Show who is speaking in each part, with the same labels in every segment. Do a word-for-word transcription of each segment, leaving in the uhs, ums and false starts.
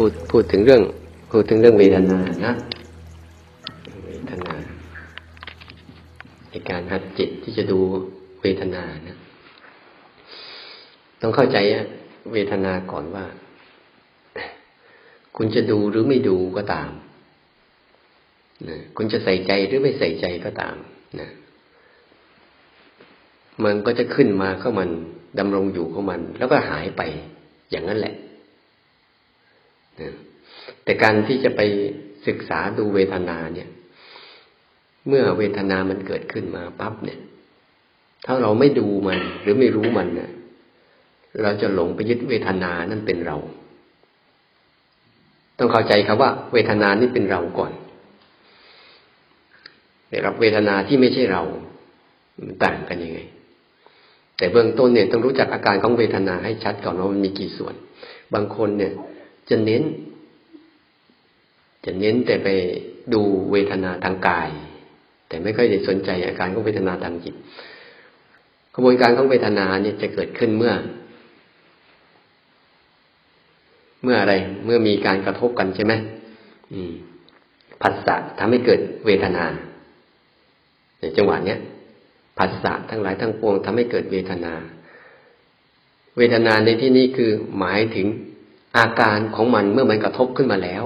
Speaker 1: ดพูดถึงเรื่องพูดถึงเรื่องเวทนานะเวทนาในการหัดจิตที่จะดูเวทนานะต้องเข้าใจเวทนาก่อนว่าคุณจะดูหรือไม่ดูก็ตามนะคุณจะใส่ใจหรือไม่ใส่ใจก็ตามนะมันก็จะขึ้นมาเข้ามันดำรงอยู่ของมันแล้วก็หายไปอย่างนั้นแหละนะแต่การที่จะไปศึกษาดูเวทนาเนี่ยเมื่อเวทนามันเกิดขึ้นมาปั๊บเนี่ยถ้าเราไม่ดูมันหรือไม่รู้มันเนี่ยเราจะหลงไปยึดเวทนานั่นเป็นเราต้องเข้าใจครับว่าเวทนานี่เป็นเราก่อนแต่กับเวทนาที่ไม่ใช่เรามันต่างกันยังไงแต่เบื้องต้นเนี่ยต้องรู้จักอาการของเวทนาให้ชัดก่อนว่ามันมีกี่ส่วนบางคนเนี่ยจะเน้นจะเน้นแต่ไปดูเวทนาทางกายแต่ไม่ค่อยได้สนใจอาการของเวทนาทางจิตกระบวนการของเวทนาเนี่ยจะเกิดขึ้นเมื่อเมื่ออะไรเมื่อมีการกระทบกันใช่ไหมอืมผัสสะทำให้เกิดเวทนาในจังหวะเนี้ยผัสสะทั้งหลายทั้งปวงทำให้เกิดเวทนาเวทนาในที่นี้คือหมายถึงอาการของมันเมื่อมันกระทบขึ้นมาแล้ว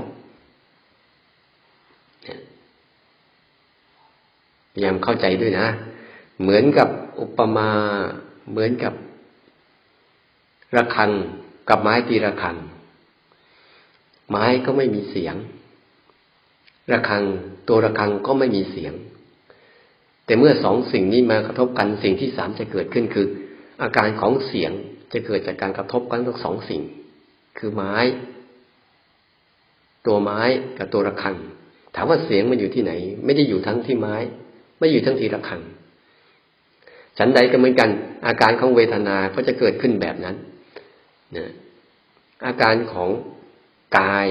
Speaker 1: พยายามเข้าใจด้วยนะเหมือนกับอุปมาเหมือนกับระฆังกับไม้ตีระฆังไม้ก็ไม่มีเสียงระฆังตัวระฆังก็ไม่มีเสียงแต่เมื่อสองสิ่งนี้มากระทบกันสิ่งที่สามจะเกิดขึ้นคืออาการของเสียงจะเกิดจากการกระทบกันทั้งสองสิ่งคือไม้ตัวไม้กับตัวระฆังถามว่าเสียงมันอยู่ที่ไหนไม่ได้อยู่ทั้งที่ไม้ไม่อยู่ทั้งที่ระฆังฉันใดก็เหมือนกันอาการของเวทนาก็จะเกิดขึ้นแบบนั้นนะอาการของกาย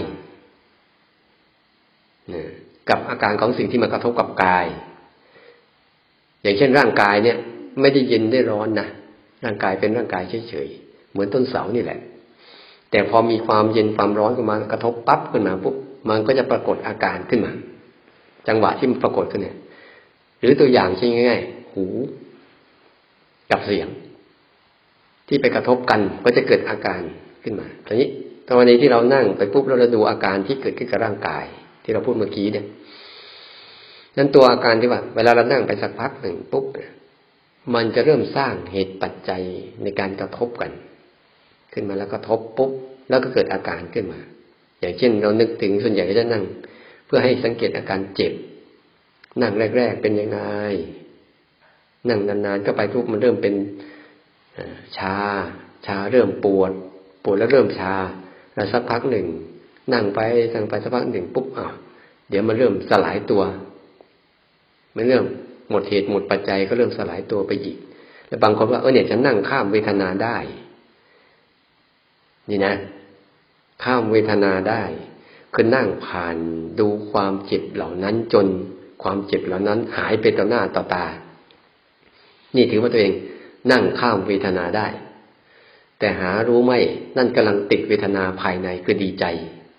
Speaker 1: นะกับอาการของสิ่งที่มากระทบกับกายอย่างเช่นร่างกายเนี่ยไม่ได้เย็นได้ร้อนนะร่างกายเป็นร่างกายเฉยๆเหมือนต้นเสานี่แหละแต่พอมีความเย็นความร้อนขึ้นมากระทบปั๊บขึ้นมาปุ๊บมันก็จะปรากฏอาการขึ้นมาจังหวะที่มันปรากฏขึ้นเนี่ยหรือตัวอย่างเช่นง่ายๆหูกับเสียงที่ไปกระทบกันก็จะเกิดอาการขึ้นมาทีนี้ตอนนี้ที่เรานั่งไปปุ๊บเราจะดูอาการที่เกิดขึ้นกับร่างกายที่เราพูดเมื่อกี้เนี่ยนั้นตัวอาการที่ว่าเวลาเรานั่งไปสักพักหนึ่งปุ๊บมันจะเริ่มสร้างเหตุปัจจัยในการกระทบกันขึ้นมาแล้วกระทบปุ๊บแล้วก็เกิดอาการขึ้นมาอย่างเช่นเรานึกถึงส่วนใหญ่ก็จะนั่งเพื่อให้สังเกตอาการเจ็บนั่งแรกๆเป็นยังไงนั่งนานๆก็ไปปุ๊บมันเริ่มเป็นชาชาเริ่มปวดปวดแล้วเริ่มชาแล้วสักพักหนึ่งนั่งไปนั่งไปสักพักหนึ่งปุ๊บอ้าวเดี๋ยวมันเริ่มสลายตัวมันเริ่มหมดเหตุหมดปัจจัยก็เริ่มสลายตัวไปอีกแล้วบางคนว่าเออเนี่ยฉันนั่งข้ามเวทนาได้นี่นะข้ามเวทนาได้คือนั่งผ่านดูความเจ็บเหล่านั้นจนความเจ็บเหล่านั้นหายไปต่อหน้าต่อตานี่ถือว่าตัวเองนั่งข้ามเวทนาได้แต่หารู้ไหมนั่นกำลังติดเวทนาภายในคือดีใจ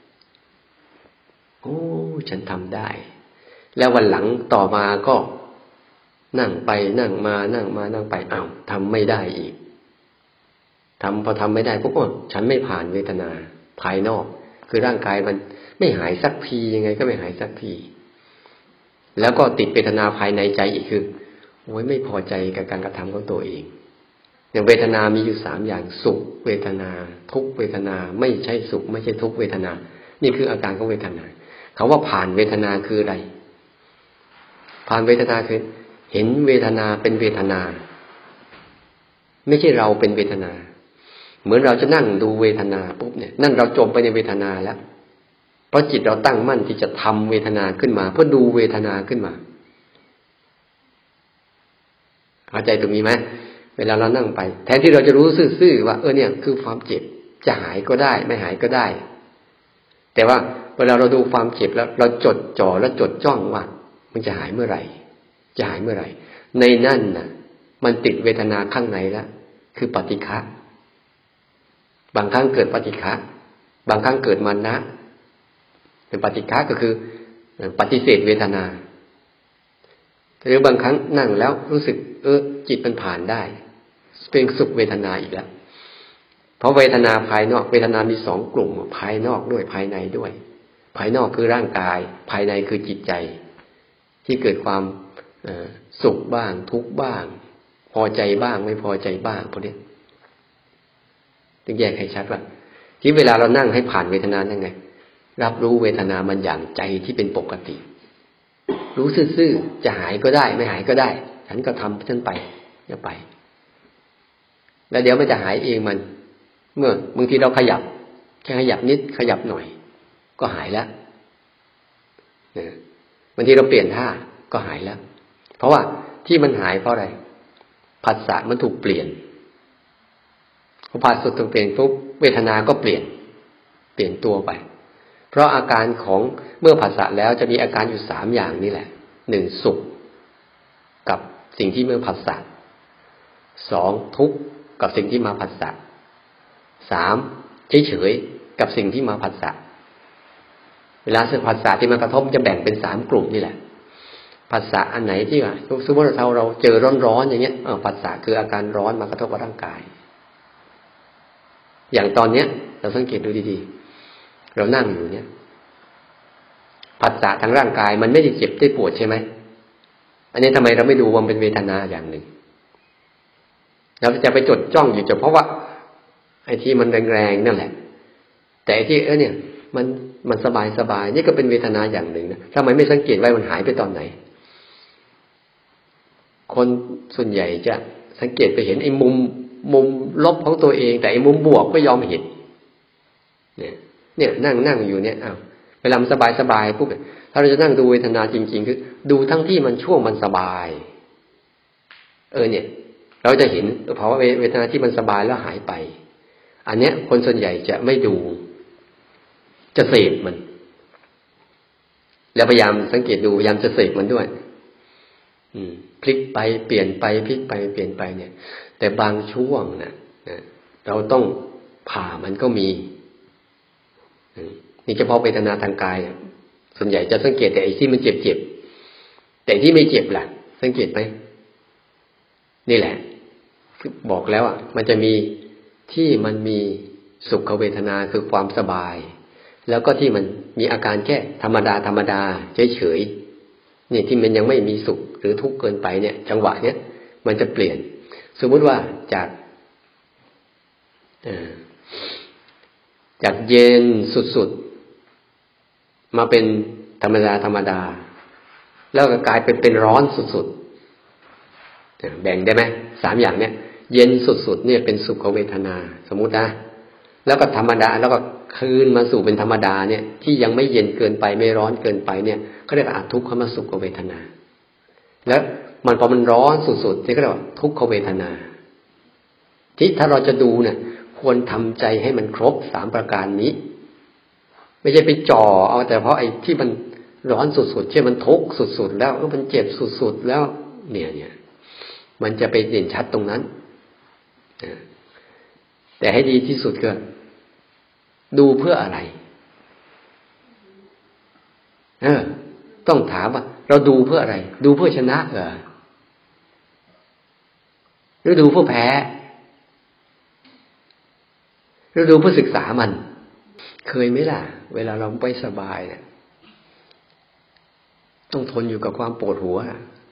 Speaker 1: โอ้ฉันทำได้แล้ววันหลังต่อมาก็นั่งไปนั่งมานั่งมานั่งไปอ้าวทำไม่ได้อีกทำพอทำไม่ได้ปุ๊บฉันไม่ผ่านเวทนาภายนอกคือร่างกายมันไม่หายสักทียังไงก็ไม่หายสักทีแล้วก็ติดเวทนาภายในใจอีกคือโอ้ยไม่พอใจกับการกระทำของตัวเองอย่างเวทนามีอยู่สามอย่างสุขเวทนาทุกเวทนาไม่ใช่สุขไม่ใช่ทุกเวทนานี่คืออาการของเวทนาเขาว่าผ่านเวทนาคืออะไรผ่านเวทนาคือเห็นเวทนาเป็นเวทนาไม่ใช่เราเป็นเวทนาเหมือนเราจะนั่งดูเวทนาปุ๊บเนี่ยนั่นเราจมไปในเวทนาแล้วเพราะจิตเราตั้งมั่นที่จะทำเวทนาขึ้นมาเพื่อดูเวทนาขึ้นมาเข้าใจตรงนี้ไหมเวลาเรานั่งไปแทนที่เราจะรู้ซื่อๆว่าเออเนี่ยคือความเจ็บจะหายก็ได้ไม่หายก็ได้แต่ว่าเวลาเราดูความเจ็บแล้วเราจดจ่อและจดจ้องว่ามันจะหายเมื่อไหร่จะหายเมื่อไหร่ในนั่นน่ะมันติดเวทนาข้างในแล้วคือปฏิฆะบางครั้งเกิดปฏิฆะบางครั้งเกิดมานะเป็นปฏิฆะก็คือปฏิเสธเวทนาหรือบางครั้งนั่งแล้วรู้สึกเออจิตมันผ่านได้เป็นสุขเวทนาอีกแล้วเพราะเวทนาภายนอกเวทนามีสองกลุ่มภายนอกด้วยภายในด้วยภายนอกคือร่างกายภายในคือจิตใจที่เกิดความสุขบ้างทุกข์บ้างพอใจบ้างไม่พอใจบ้างพวกนี้ต้องแยกให้ชัดว่าที่เวลาเรานั่งให้ผ่านเวทนายังไงรับรู้เวทนามันอย่างใจที่เป็นปกติรู้ซื่อๆจะหายก็ได้ไม่หายก็ได้ฉันก็ทำฉันไปจะไปแล้วเดี๋ยวมันจะหายเองมันเมื่อบางทีเราขยับแค่ขยับนิดขยับหน่อยก็หายแล้วบางทีเราเปลี่ยนท่าก็หายแล้วเพราะว่าที่มันหายเพราะอะไรผัสสะมันถูกเปลี่ยนพอผัสสะถูกเปลี่ยนปุ๊บเวทนาก็เปลี่ยนเปลี่ยนตัวไปเพราะอาการของเมื่อผัสสะแล้วจะมีอาการอยู่สามอย่างนี่แหละหนึ่งสุขกับสิ่งที่เมื่อผัสสะสองทุกข์กับสิ่งที่มาผัสสะสามเฉยๆกับสิ่งที่มาผัสสะเวลาสึกผัสสะที่มากระทบจะแบ่งเป็นสามกลุ่มนี่แหละผัสสะอันไหนที่ว่าสมมติเราเราเจอร้อนๆอย่างเงี้ยเออผัสสะคืออาการร้อนมากระทบกับร่างกายอย่างตอนเนี้ยเราสังเกตดูดีๆเรานั่งอยู่เนี่ยผัสสะทางร่างกายมันไม่ได้เจ็บได้ปวดใช่ไหมอันนี้ทำไมเราไม่ดูว่ามันเป็นเวทนาอย่างหนึ่งเราจะไปจดจ้องอยู่เฉพาะว่าไอ้ที่มันแรงๆนั่นแหละแต่ไอ้ที่เออเนี่ยมันมันสบายสบายนี่ก็เป็นเวทนาอย่างหนึ่งนะทำไมไม่สังเกตไว้มันหายไปตอนไหนคนส่วนใหญ่จะสังเกตไปเห็นไอ้มุมมุมลบของตัวเองแต่ไอ้มุมบวกไม่ยอมเห็นเนี่ยเนี่ยนั่งนั่งอยู่เนี่ยอ้าวเวลามันสบายสบายปุ๊บถ้าเราจะนั่งดูเวทนาจริงๆคือดูทั้งที่มันช่วงมันสบายเออเนี่ยเราจะเห็นเพราะว่าเวทนาที่มันสบายแล้วหายไปอันเนี้ยคนส่วนใหญ่จะไม่ดูจะเสพมันแล้วพยายามสังเกตดูพยายามจะเสพมันด้วยอืมพลิกไปเปลี่ยนไปพลิกไปเปลี่ยนไปเนี่ยแต่บางช่วงนะนะเราต้องผ่ามันก็มีนี่เฉพาะเวทนาทางกายส่วนใหญ่จะสังเกตแต่ไอ้ที่มันเจ็บเจ็บแต่ที่ไม่เจ็บล่ะสังเกตไหมนี่แหละบอกแล้วอ่ะมันจะมีที่มันมีสุขเวทนาคือความสบายแล้วก็ที่มันมีอาการแค่ธรรมดาธรรมดาเฉยๆนี่ที่มันยังไม่มีสุขหรือทุกข์เกินไปเนี่ยจังหวะเนี้ยมันจะเปลี่ยนสมมุติว่าจากจากเย็นสุดๆมาเป็นธรรมดาธรรมดาแล้วก็กลายเป็นเป็นร้อนสุดๆแบ่งได้ไหมสามอย่างเนี้ยเย็นสุดๆเนี่ยเป็นสุขเวทนาสมมุตินะแล้วก็ธรรมดาแล้วก็คืนมาสู่เป็นธรรมดาเนี่ยที่ยังไม่เย็นเกินไปไม่ร้อนเกินไปเนี่ยเขาเรียกว่าทุกขมสุขเวทนาแล้วมันพอมันร้อนสุดๆที่เขาเรียกว่าทุกขเวทนาที่ถ้าเราจะดูเนี่ยควรทำใจให้มันครบสามประการนี้ไม่ใช่ไปจ่อเอาแต่เพราะไอ้ที่มันร้อนสุดๆเช่นมันทุกข์สุดๆแล้วมันเจ็บสุดๆแล้วเนี่ยเนี่ยมันจะไปเด่นชัดตรงนั้นแต่ให้ดีที่สุดก็ดูเพื่ออะไรเออต้องถามว่าเราดูเพื่ออะไรดูเพื่อชนะเหรอหรือดูเพื่อแพ้หรือดูเพื่อศึกษามันเคยไหมล่ะเวลาเราไปสบายเนี่ยต้องทนอยู่กับความปวดหัว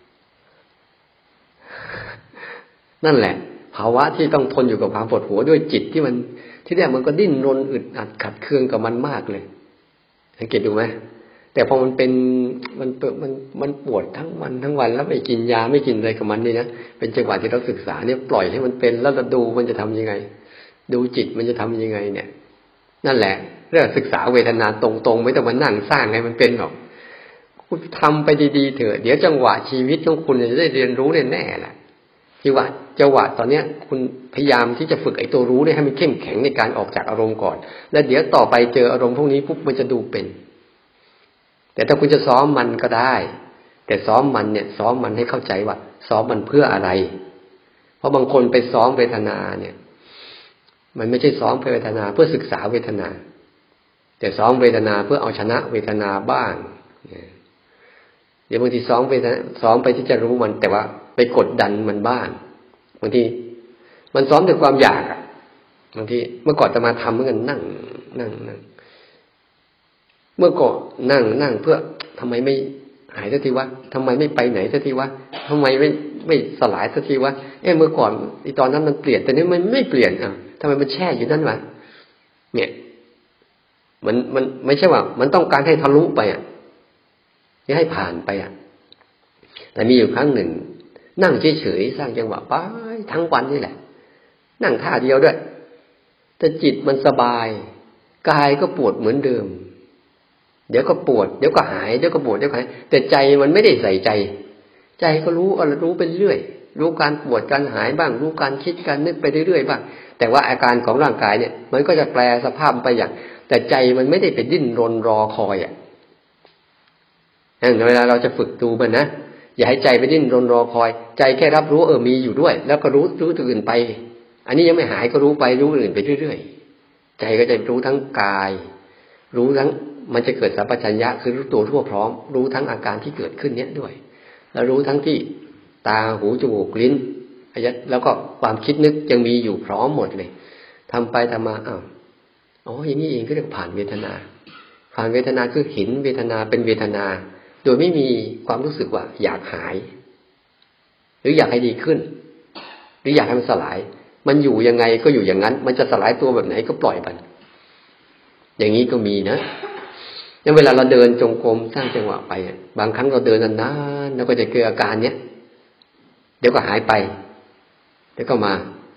Speaker 1: นั่นแหละภาวะที่ต้องทนอยู่กับความปวดหัวด้วยจิตที่มันที่แรกมันก็ดิ้นรนอึดอัดขัดเคืองกับมันมากเลยสังเกตดูไหมแต่พอมันเป็นมันมันมันปวดทั้งวันทั้งวันแล้วไม่กินยาไม่กินอะไรกับมันนี่นะเป็นจังหวะที่เราศึกษาเนี่ยปล่อยให้มันเป็นแล้วเราดูมันจะทำยังไงดูจิตมันจะทำยังไงเนี่ยนั่นแหละเรื่องศึกษาเวทนาตรงๆไม่ต้องมานั่งสร้างให้มันเป็นหรอกคุณทำไปดีๆเถอะเดี๋ยวจังหวะชีวิตของคุณจะได้เรียนรู้แน่ๆแหละที่ว่าจังหวะตอนเนี้ยคุณพยายามที่จะฝึกไอ้ตัวรู้เนี่ยให้มันเข้มแข็งในการออกจากอารมณ์ก่อนแล้วเดี๋ยวต่อไปเจออารมณ์พวกนี้ปุ๊บมันจะดูเป็นแต่ถ้าคุณจะซ้อมมันก็ได้แต่ซ้อมมันเนี่ยซ้อมมันให้เข้าใจว่าซ้อมมันเพื่ออะไรเพราะบางคนไปซ้อมเวทนาเนี่ยมันไม่ใช่ซ้อมเวทนาเพื่อศึกษาเวทนาแต่ซ้อมเวทนาเพื่อเอาชนะเวทนาบ้างเดี๋ยวบางทีซ้อมเวทนาซ้อมไปที่จะรู้มันแต่ว่าไปกดดันมันบ้างบางทีมันซ้อมด้วยความอยากอ่ะบางทีเมื่อก่อนจะมาทำเหมือนกันนั่งนั่งนั่งเมื่อก่อนนั่งนั่งเพื่อทำไมไม่หายสักทีวะทำไมไม่ไปไหนสักทีวะทำไมไม่ไม่สลายสักทีวะเอ้เมื่อก่อนไอ้ตอนนั้นมันเปลี่ยนแต่นี้มันไม่เปลี่ยนอ่ะทำไมมันแช่อยู่นั่นวะเนี่ยมันมันไม่ใช่ว่ามันต้องการให้ทะลุไปอ่ะให้ผ่านไปอ่ะแต่มีอยู่ครั้งหนึ่งนั่งเฉยๆสร้างจังหวะไปทั้งวันนี่แหละนั่งท่าเดียวด้วยแต่จิตมันสบายกายก็ปวดเหมือนเดิมเดี๋ยวก็ปวดเดี๋ยวก็หายเดี๋ยวก็ปวดเดี๋ยวก็หายแต่ใจมันไม่ได้ใส่ใจใจก็รู้อะไรรู้ไปเรื่อยรู้การปวดการหายบ้างรู้การคิดการนึกไปเรื่อยๆบ้างแต่ว่าอาการของร่างกายเนี่ยมันก็จะแปลสภาพไปอย่างแต่ใจมันไม่ได้ไปดิ้นรนรอคอยอ่ะเวลาเราจะฝึกดูมันนะอย่าให้ใจไปดิ้นรนรอคอยใจแค่รับรู้เออมีอยู่ด้วยแล้วก็รู้รู้ตัวอื่นไปอันนี้ยังไม่หายก็รู้ไปรู้อื่นไปเรื่อยๆใจก็จะรู้ทั้งกายรู้ทั้งมันจะเกิดสัมปชัญญะคือรู้ตัวทั่วพร้อมรู้ทั้งอาการที่เกิดขึ้นเนี้ยด้วยแล้วรู้ทั้งที่ตาหูจมูกลิ้นแล้วก็ความคิดนึกยังมีอยู่พร้อมหมดเลยทำไปทำมาอ้าวอ๋ออย่างนี้เองก็เรียกผ่านเวทนาผ่านเวทนาคือเห็นเวทนาเป็นเวทนาโดยไม่มีความรู้สึกว่าอยากหายหรืออยากให้ดีขึ้นหรืออยากให้มันสลายมันอยู่ยังไงก็อยู่อย่างนั้นมันจะสลายตัวแบบไหนก็ปล่อยมันอย่างนี้ก็มีนะแล้วเวลาเราเดินจงกรมสร้างจังหวะไปบางครั้งเราเดินนานๆแล้วก็จะเกิดอาการเนี้ยเดี๋ยวก็หายไปเดี๋ยวก็มา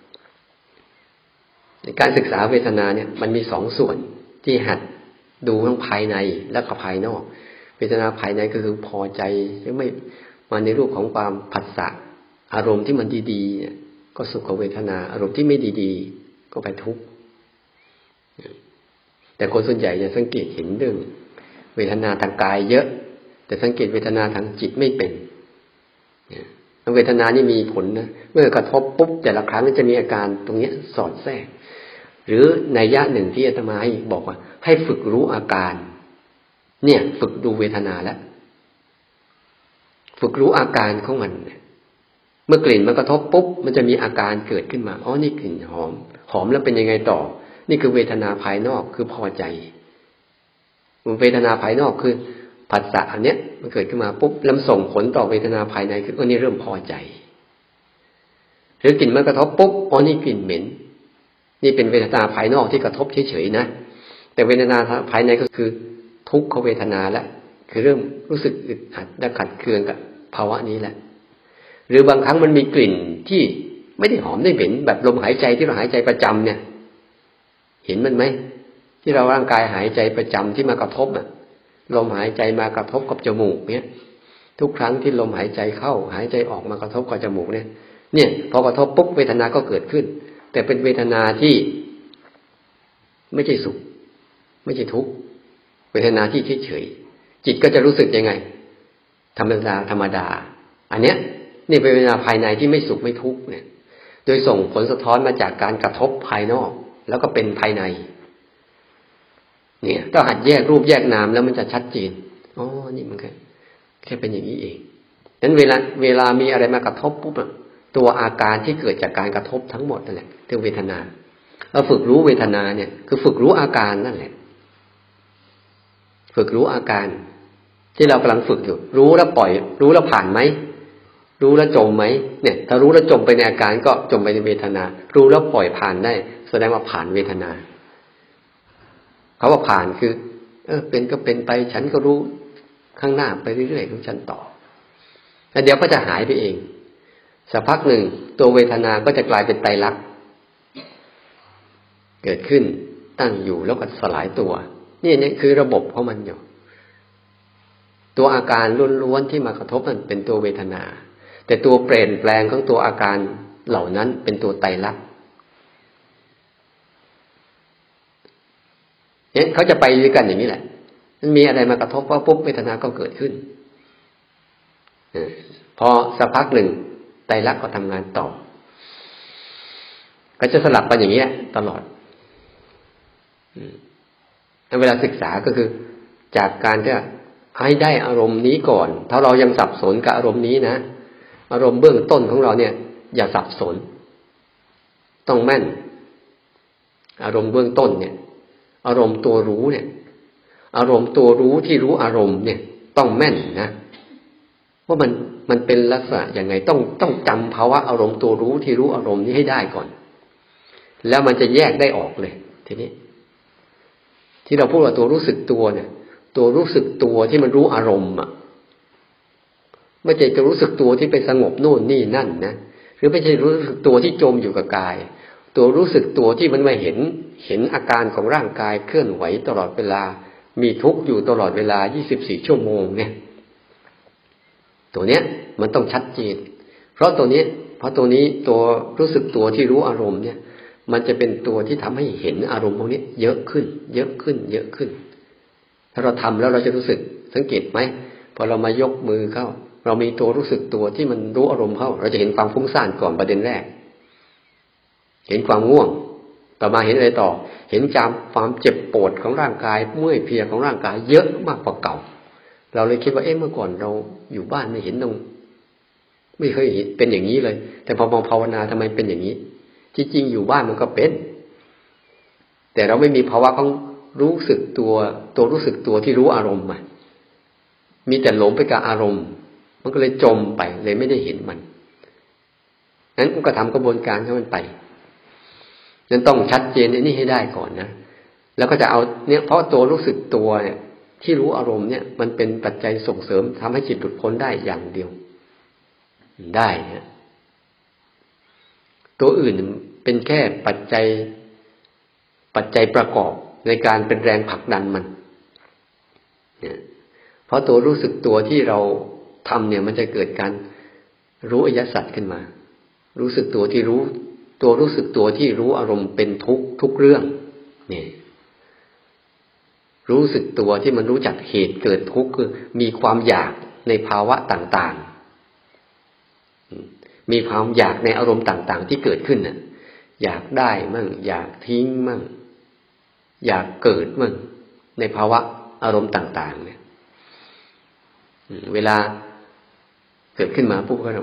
Speaker 1: ในการศึกษาเวทนาเนี่ยมันมีสองส่วนที่หัดดูทั้งภายในและก็ภายนอกเวทนาภายในก็คือพอใจหรือไม่มาในรูปของความผัสสะอารมณ์ที่มันดีๆเนี่ยก็สุขเวทนาอารมณ์ที่ไม่ดีๆก็ไปทุกข์แต่คนส่วนใหญ่จะสังเกตเห็นเรื่องเวทนาทางกายเยอะแต่สังเกตเวทนาทางจิตไม่เป็นเวทนานี่มีผลนะเมื่อกระทบปุ๊บแต่ละครั้งจะมีอาการตรงนี้สอดแทรกหรือในยะหนึ่งที่อาตมาให้บอกว่าให้ฝึกรู้อาการเนี่ยฝึกดูเวทนาแล้วฝึกรู้อาการของมันเมื่อกลิ่นมันกระทบปุ๊บมันจะมีอาการเกิดขึ้นมาอ๋อนี่กลิ่นหอมหอมแล้วเป็นยังไงต่อนี่คือเวทนาภายนอกคือพอใจเวทนาภายนอกคือผัสสะอันเนี้ยมันเกิดขึ้นมาปุ๊บแล้วส่งผลต่อเวทนาภายในคืออ๋อนี่เริ่มพอใจหรือกลิ่นมันกระทบปุ๊บอ๋อนี่กลิ่นเหม็นนี่เป็นเวทนาภายนอกที่กระทบเฉยๆนะแต่เวทนาภายในก็คือทุกขเวทนาแล้วคือเริ่มรู้สึกอึดอัดและขัดเคืองกับภาวะนี้แหละหรือบางครั้งมันมีกลิ่นที่ไม่ได้หอมได้เหม็นแบบลมหายใจที่เราหายใจประจำเนี่ยเห็นมันไหมที่เราร่างกายหายใจประจำที่มากระทบอ่ะลมหายใจมากระทบกับจมูกเนี่ยทุกครั้งที่ลมหายใจเข้าหายใจออกมากระทบกับจมูกเนี่ยเนี่ยพอกระทบปุ๊บเวทนาก็เกิดขึ้นแต่เป็นเวทนาที่ไม่ใช่สุขไม่ใช่ทุกข์เวทนาที่เฉยๆจิตก็จะรู้สึกยังไงธรรมดาธรรมดาอันเนี้ยนี่เป็นเวทนาภายในที่ไม่สุขไม่ทุกข์เนี่ยโดยส่งผลสะท้อนมาจากการกระทบภายนอกแล้วก็เป็นภายในเนี่ยต้องหัดแยกรูปแยกนามแล้วมันจะชัดเจนอ๋อนี่มันแค่แค่เป็นอย่างนี้เองนั้นเวลาเวลามีอะไรมากระทบปุ๊บตัวอาการที่เกิดจากการกระทบทั้งหมดนั่นแหละเรียกเวทนาเราฝึกรู้เวทนาเนี่ยคือฝึกรู้อาการนั่นแหละฝึกรู้อาการที่เรากำลังฝึกอยู่รู้แล้วปล่อยรู้แล้วผ่านไหมรู้แล้วจมไหมเนี่ยถ้ารู้แล้วจมไปในอาการก็จมไปในเวทนารู้แล้วปล่อยผ่านได้แสดงว่าผ่านเวทนาเขาว่าผ่านคือเออเป็นก็เป็นไปฉันก็รู้ข้างหน้าไปเรื่อยๆของฉันต่อแล้วเดี๋ยวก็จะหายไปเองสักพักหนึ่งตัวเวทนาก็จะกลายเป็นไตรลักษณ์เกิดขึ้นตั้งอยู่แล้วก็สลายตัวนี่นี่คือระบบของมันอยู่ตัวอาการล้วนๆที่มากระทบมันเป็นตัวเวทนาแต่ตัวเปลี่ยนแปลงของตัวอาการเหล่านั้นเป็นตัวไตรลักษณ์เนี่ยเขาจะไปด้วยกันอย่างนี้แหละมันมีอะไรมากระทบว่าปุ๊บเวทนาก็เกิดขึ้นพอสักพักหนึ่งไตรลักษณ์ก็ทำงานต่อก็จะสลับกันอย่างนี้ตลอดเวลาศึกษาก็คือจากการที่ให้ได้อารมณ์นี้ก่อนถ้าเรายังสับสนกับอารมณ์นี้นะอารมณ์เบื้องต้นของเราเนี่ยอย่าสับสนต้องแม่นอารมณ์เบื้องต้นเนี่ยอารมณ์ตัวรู้เนี่ยอารมณ์ตัวรู้ที่รู้อารมณ์เนี่ยต้องแม่นนะว่ามันมันเป็นลักษณะยังไงต้องต้องจำภาวะอารมณ์ตัวรู้ที่รู้อารมณ์นี้ให้ได้ก่อนแล้วมันจะแยกได้ออกเลยทีนี้ที่เราพูดว่าตัวรู้สึกตัวเนี่ยตัวรู้สึกตัวที่มันรู้อารมณ์อ่ะไม่ใช่จะรู้สึกตัวที่ไปสงบโน่นนี่นั่นนะหรือไม่ใช่รู้สึกตัวที่จมอยู่กับกายตัวรู้สึกตัวที่มันมาเห็นเห็นอาการของร่างกายเคลื่อนไหวตลอดเวลามีทุกข์อยู่ตลอดเวลายี่สิบสี่ชั่วโมงเนี่ยตัวเนี้ยมันต้องชัดเจนเพราะตัวนี้เพราะตัวนี้ตัวรู้สึกตัวที่รู้อารมณ์เนี่ยมันจะเป็นตัวที่ทำให้เห็นอารมณ์พวกนี้เยอะขึ้นเยอะขึ้นเยอะขึ้นถ้าเราทำแล้วเราจะรู้สึกสังเกตไหมพอเรามายกมือเข้าเรามีตัวรู้สึกตัวที่มันรู้อารมณ์เข้าเราจะเห็นความฟุ้งซ่านก่อนประเด็นแรกเห็นความง่วงต่อมาเห็นอะไรต่อเห็นจามความเจ็บปวดของร่างกายเมื่อยเพลียของร่างกายเยอะมากกว่าเก่าเราเลยคิดว่าเอ๊ะเมื่อก่อนเราอยู่บ้านไม่เห็นตรงไม่เคยเห็นเป็นอย่างนี้เลยแต่พอมาภาวนาทำไมเป็นอย่างนี้ที่จริงอยู่บ้านมันก็เป็นแต่เราไม่มีภาวะของรู้สึกตัวตัวรู้สึกตัวที่รู้อารมณ์มามีแต่หลงไปกับอารมณ์มันก็เลยจมไปเลยไม่ได้เห็นมันงั้นก็ทำกระบวนการให้มันไปนั้นต้องชัดเจนในนี้ให้ได้ก่อนนะแล้วก็จะเอาเนี่ยเพราะตัวรู้สึกตัวเนี่ยที่รู้อารมณ์เนี่ยมันเป็นปัจจัยส่งเสริมทำให้จิตหลุดพ้นได้อย่างเดียวได้นะตัวอื่นเป็นแค่ปัจจัยปัจจัยประกอบในการเป็นแรงผลักดันมันเนี่ยเพราะตัวรู้สึกตัวที่เราทำเนี่ยมันจะเกิดการรู้อริยสัจขึ้นมารู้สึกตัวที่รู้ตัวรู้สึกตัวที่รู้อารมณ์เป็นทุกทุกเรื่องเนี่ยรู้สึกตัวที่มันรู้จักเหตุเกิดทุกข์คือมีความอยากในภาวะต่างๆมีความอยากในอารมณ์ต่างๆที่เกิดขึ้นน่ะอยากได้มั่งอยากทิ้งมั่งอยากเกิดมั่งในภาวะอารมณ์ต่างๆเนี่ยเวลาเกิดขึ้นมาปุ๊บก็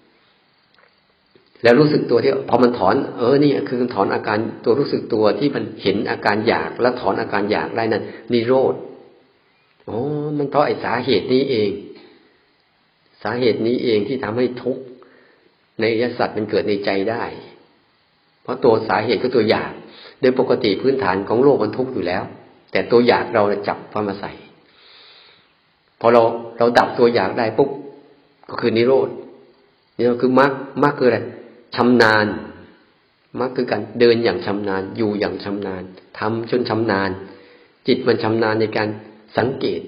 Speaker 1: แล้วรู้สึกตัวที่พอมันถอนเออนี่คือถอนอาการตัวรู้สึกตัวที่มันเห็นอาการอยากแล้วถอนอาการอยากได้นั่นนิโรธอ๋อมันเพราะไอ้สาเหตุนี้เองสาเหตุนี้เองที่ทำให้ทุกข์ในอริยสัจมันเกิดในใจได้เพราะตัวสาเหตุก็ตัวอยากโดยปกติพื้นฐานของโลกมันทุกข์อยู่แล้วแต่ตัวอยากเราจับพามาใส่พอเราเราดับตัวอยากได้ปุ๊บก็คือนิโรธนี่ก็คือมรรคมรรคคืออะไรชำนาญมรรคคือการเดินอย่างชำนาญอยู่อย่างชำนาญทำจนชำนาญจิตมันชำนาญในการสังเกต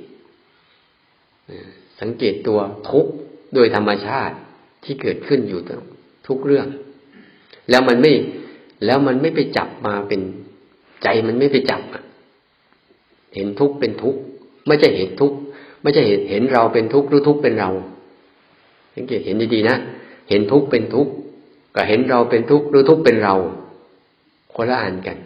Speaker 1: สังเกตตัวทุกข์โดยธรรมชาติที่เกิดขึ้นอยู่ทุกเรื่องแล้วมันไม่แล้วมันไม่ไปจับมาเป็นใจมันไม่ไปจับเห็นทุกข์เป็นทุกข์ไม่ใช่เห็นทุกข์ไม่ใช่เห็นเห็นเราเป็นทุกข์หรือทุกข์เป็นเราสังเกตเห็นดีๆนะเห็นทุกข์เป็นทุกข์กับเห็นเราเป็นทุกข์หรือทุกข์เป็นเราคนละอันกัน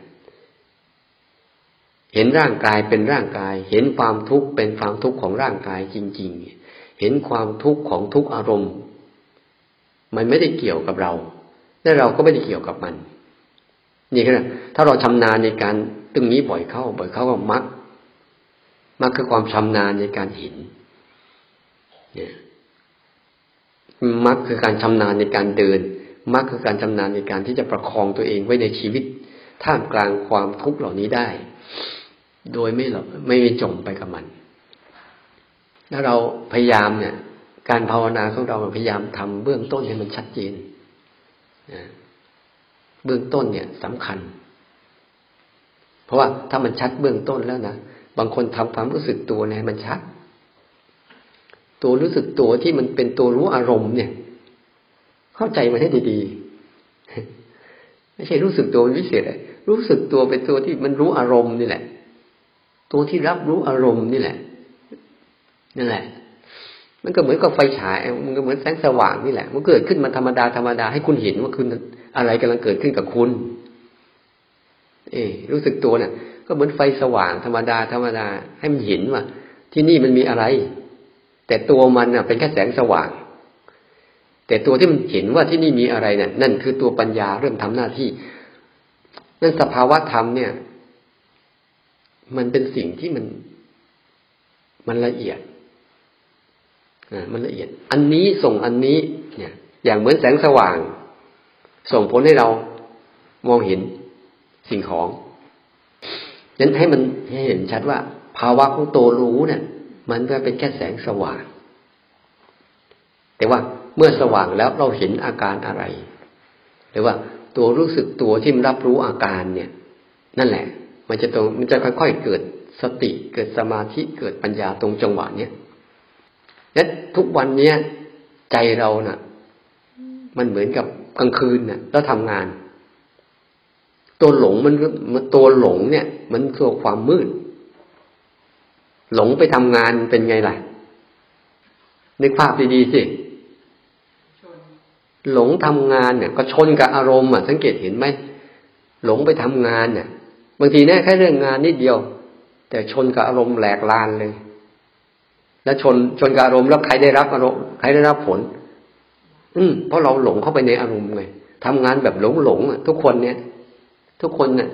Speaker 1: เห็นร่างกายเป็นร่างกายเห็นความทุกข์เป็นความทุกข์ของร่างกายจริงๆเห็นความทุกข์ของทุกอารมณ์มันไม่ได้เกี่ยวกับเราและเราก็ไม่ได้เกี่ยวกับมันนี่คือถ้าเราชำนาญในการตึงนี้บ่อยเข้าบ่อยเข้าก็มักมักคือความชำนาญในการเห็นเนี่ยมักคือการชำนาญในการเดินมักคือการชำนาญในการที่จะประคองตัวเองไว้ในชีวิตท่ามกลางความทุกข์เหล่านี้ได้โดยไม่หลบไม่จมไปกับมันถ้าเราพยายามเนี่ยการภาวนาของเราพยายามทำเบื้องต้นให้มันชัดเจนนะเบื้องต้นเนี่ยสำคัญเพราะว่าถ้ามันชัดเบื้องต้นแล้วนะบางคนทำความรู้สึกตัวเนี่ยมันชัดตัวรู้สึกตัวที่มันเป็นตัวรู้อารมณ์เนี่ยเข้าใจมันให้ดีๆไม่ใช่รู้สึกตัววิเศษเลยรู้สึกตัวเป็นตัวที่มันรู้อารมณ์นี่แหละตัวที่รับรู้อารมณ์นี่แหละนั่นแหละมันก็เหมือนกับไฟฉายมันก็เหมือนแสงสว่างนี่แหละมันเกิดขึ้นมาธรรมดาธรรมดาให้คุณเห็นว่าคุณอะไรกำลังเกิดขึ้นกับคุณเออรู้สึกตัวเนี่ยก็เหมือนไฟสว่างธรรมดาธรรมดาให้มันเห็นว่าที่นี่มันมีอะไรแต่ตัวมันน่ะเป็นแค่แสงสว่างแต่ตัวที่มันเห็นว่าที่นี่มีอะไรนั่นนั่นคือตัวปัญญาเริ่มทำหน้าที่นั่นสภาวะธรรมเนี่ยมันเป็นสิ่งที่มันมันละเอียดอ่ามันละเอียดอันนี้ส่งอันนี้เนี่ยอย่างเหมือนแสงสว่างส่งผลให้เรามองเห็นสิ่งของนั้นให้มันให้เห็นชัดว่าภาวะของตัวรู้เนี่ยมันก็เป็นแค่แสงสว่างแต่ว่าเมื่อสว่างแล้วเราเห็นอาการอะไรหรือว่าตัวรู้สึกตัวที่มันรับรู้อาการเนี่ยนั่นแหละมันจะตรงมันจะค่อยๆเกิดสติเกิดสมาธิเกิดปัญญาตรงจังหวะเนี้ยและทุกวันเนี้ยใจเราน่ะมันเหมือนกับกลางคืนน่ะแล้วทำงานตัวหลงมันมันตัวหลงเนี่ยมันคือความมืดหลงไปทำงานเป็นไงล่ะนึกภาพดีๆสิหลงทำงานเนี่ยก็ชนกับอารมณ์อ่ะสังเกตเห็นไหมหลงไปทำงานเนี่ยบางทีเนี่ยแค่เรื่องงานนิดเดียวแต่ชนกับอารมณ์แหลกลานเลยแล้วชนชนกับอารมณ์แล้วใครได้รับอารมณ์ใครได้รับผลอืมเพราะเราหลงเข้าไปในอารมณ์ไงทำงานแบบหลงหลงอ่ะทุกคนเนี่ยทุกคนเนี่ย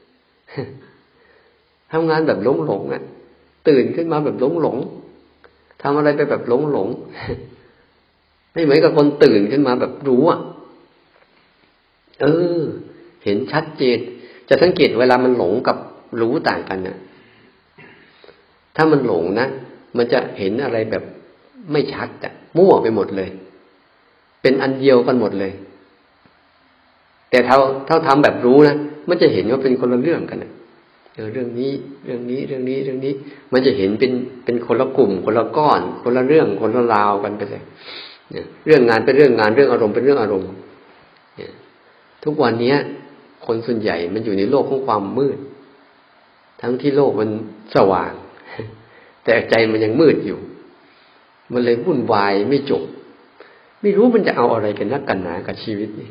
Speaker 1: ทำงานแบบหลงหลงอ่ะตื่นขึ้นมาแบบหลงหลงทำอะไรไปแบบหลงหลงไม่เหมือนกับคนตื่นขึ้นมาแบบรู้อ่ะเออเห็นชัดเจนจะสังเกตเวลามันหลงกับรู้ต่างกันนะถ้ามันหลงนะมันจะเห็นอะไรแบบไม่ชัดอ่ะมั่วไปหมดเลยเป็นอันเดียวกันหมดเลยแต่ถ้าถ้าทำแบบรู้นะมันจะเห็นว่าเป็นคนละเรื่องกันนะเออเรื่องนี้เรื่องนี้เรื่องนี้เรื่องนี้มันจะเห็นเป็นเป็นคนละกลุ่มคนละก้อนคนละเรื่องคนละราวกันไปเลยเนี่ยเรื่องงานเป็นเรื่องงานเรื่องอารมณ์เป็นเรื่องอารมณ์เนี่ยทุกวันนี้คนส่วนใหญ่มันอยู่ในโลกของความมืดทั้งที่โลกมันสว่างแต่ใจมันยังมืดอยู่มันเลยวุ่นวายไม่จบไม่รู้มันจะเอาอะไรกันนักกันหนากับชีวิตนี่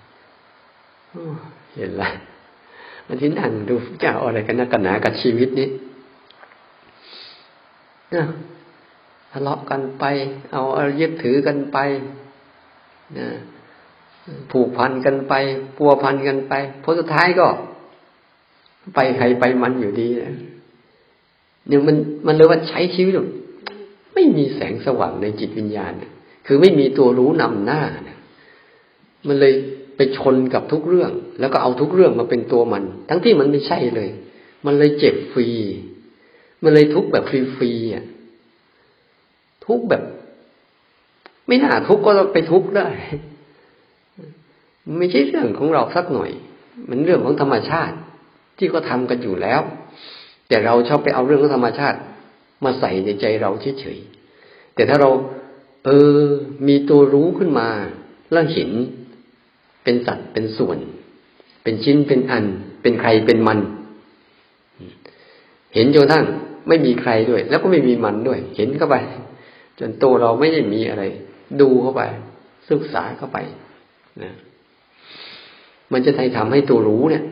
Speaker 1: เห็นละมันที่นั่งดูจะเอาอะไรกันนักกันหนากับชีวิตนี้ทะเลาะกันไปเอาเอายึดถือกันไปนะผูกพันกันไปพัวพันกันไปพอสุดท้ายก็ไปใครไปมันอยู่ดีนะเนี่ยมันมันเลยว่าใช้ชีวิตไม่มีแสงสว่างในจิตวิญญาณคือไม่มีตัวรู้นำหน้านะมันเลยไปชนกับทุกเรื่องแล้วก็เอาทุกเรื่องมาเป็นตัวมันทั้งที่มันไม่ใช่เลยมันเลยเจ็บฟรีมันเลยทุกข์แบบฟรีๆอ่ะทุกข์แบบไม่น่าทุกข์ก็ไปทุกข์ได้ไม่ใช่เรื่องของเราสักหน่อยมันเรื่องของธรรมชาติที่ก็ทำกันอยู่แล้วแต่เราชอบไปเอาเรื่องของธรรมชาติมาใส่ในใจเราเฉยๆแต่ถ้าเราเออมีตัวรู้ขึ้นมาแล้วเห็นเป็นสัตว์เป็นส่วนเป็นชิ้นเป็นอันเป็นใครเป็นมันเห็นจนทั้งไม่มีใครด้วยแล้วก็ไม่มีมันด้วยเห็นเข้าไปจนตัวเราไม่ได้มีอะไรดูเข้าไปศึกษาเข้าไปนะมันจะทำให้ตัวรู้เนี่ย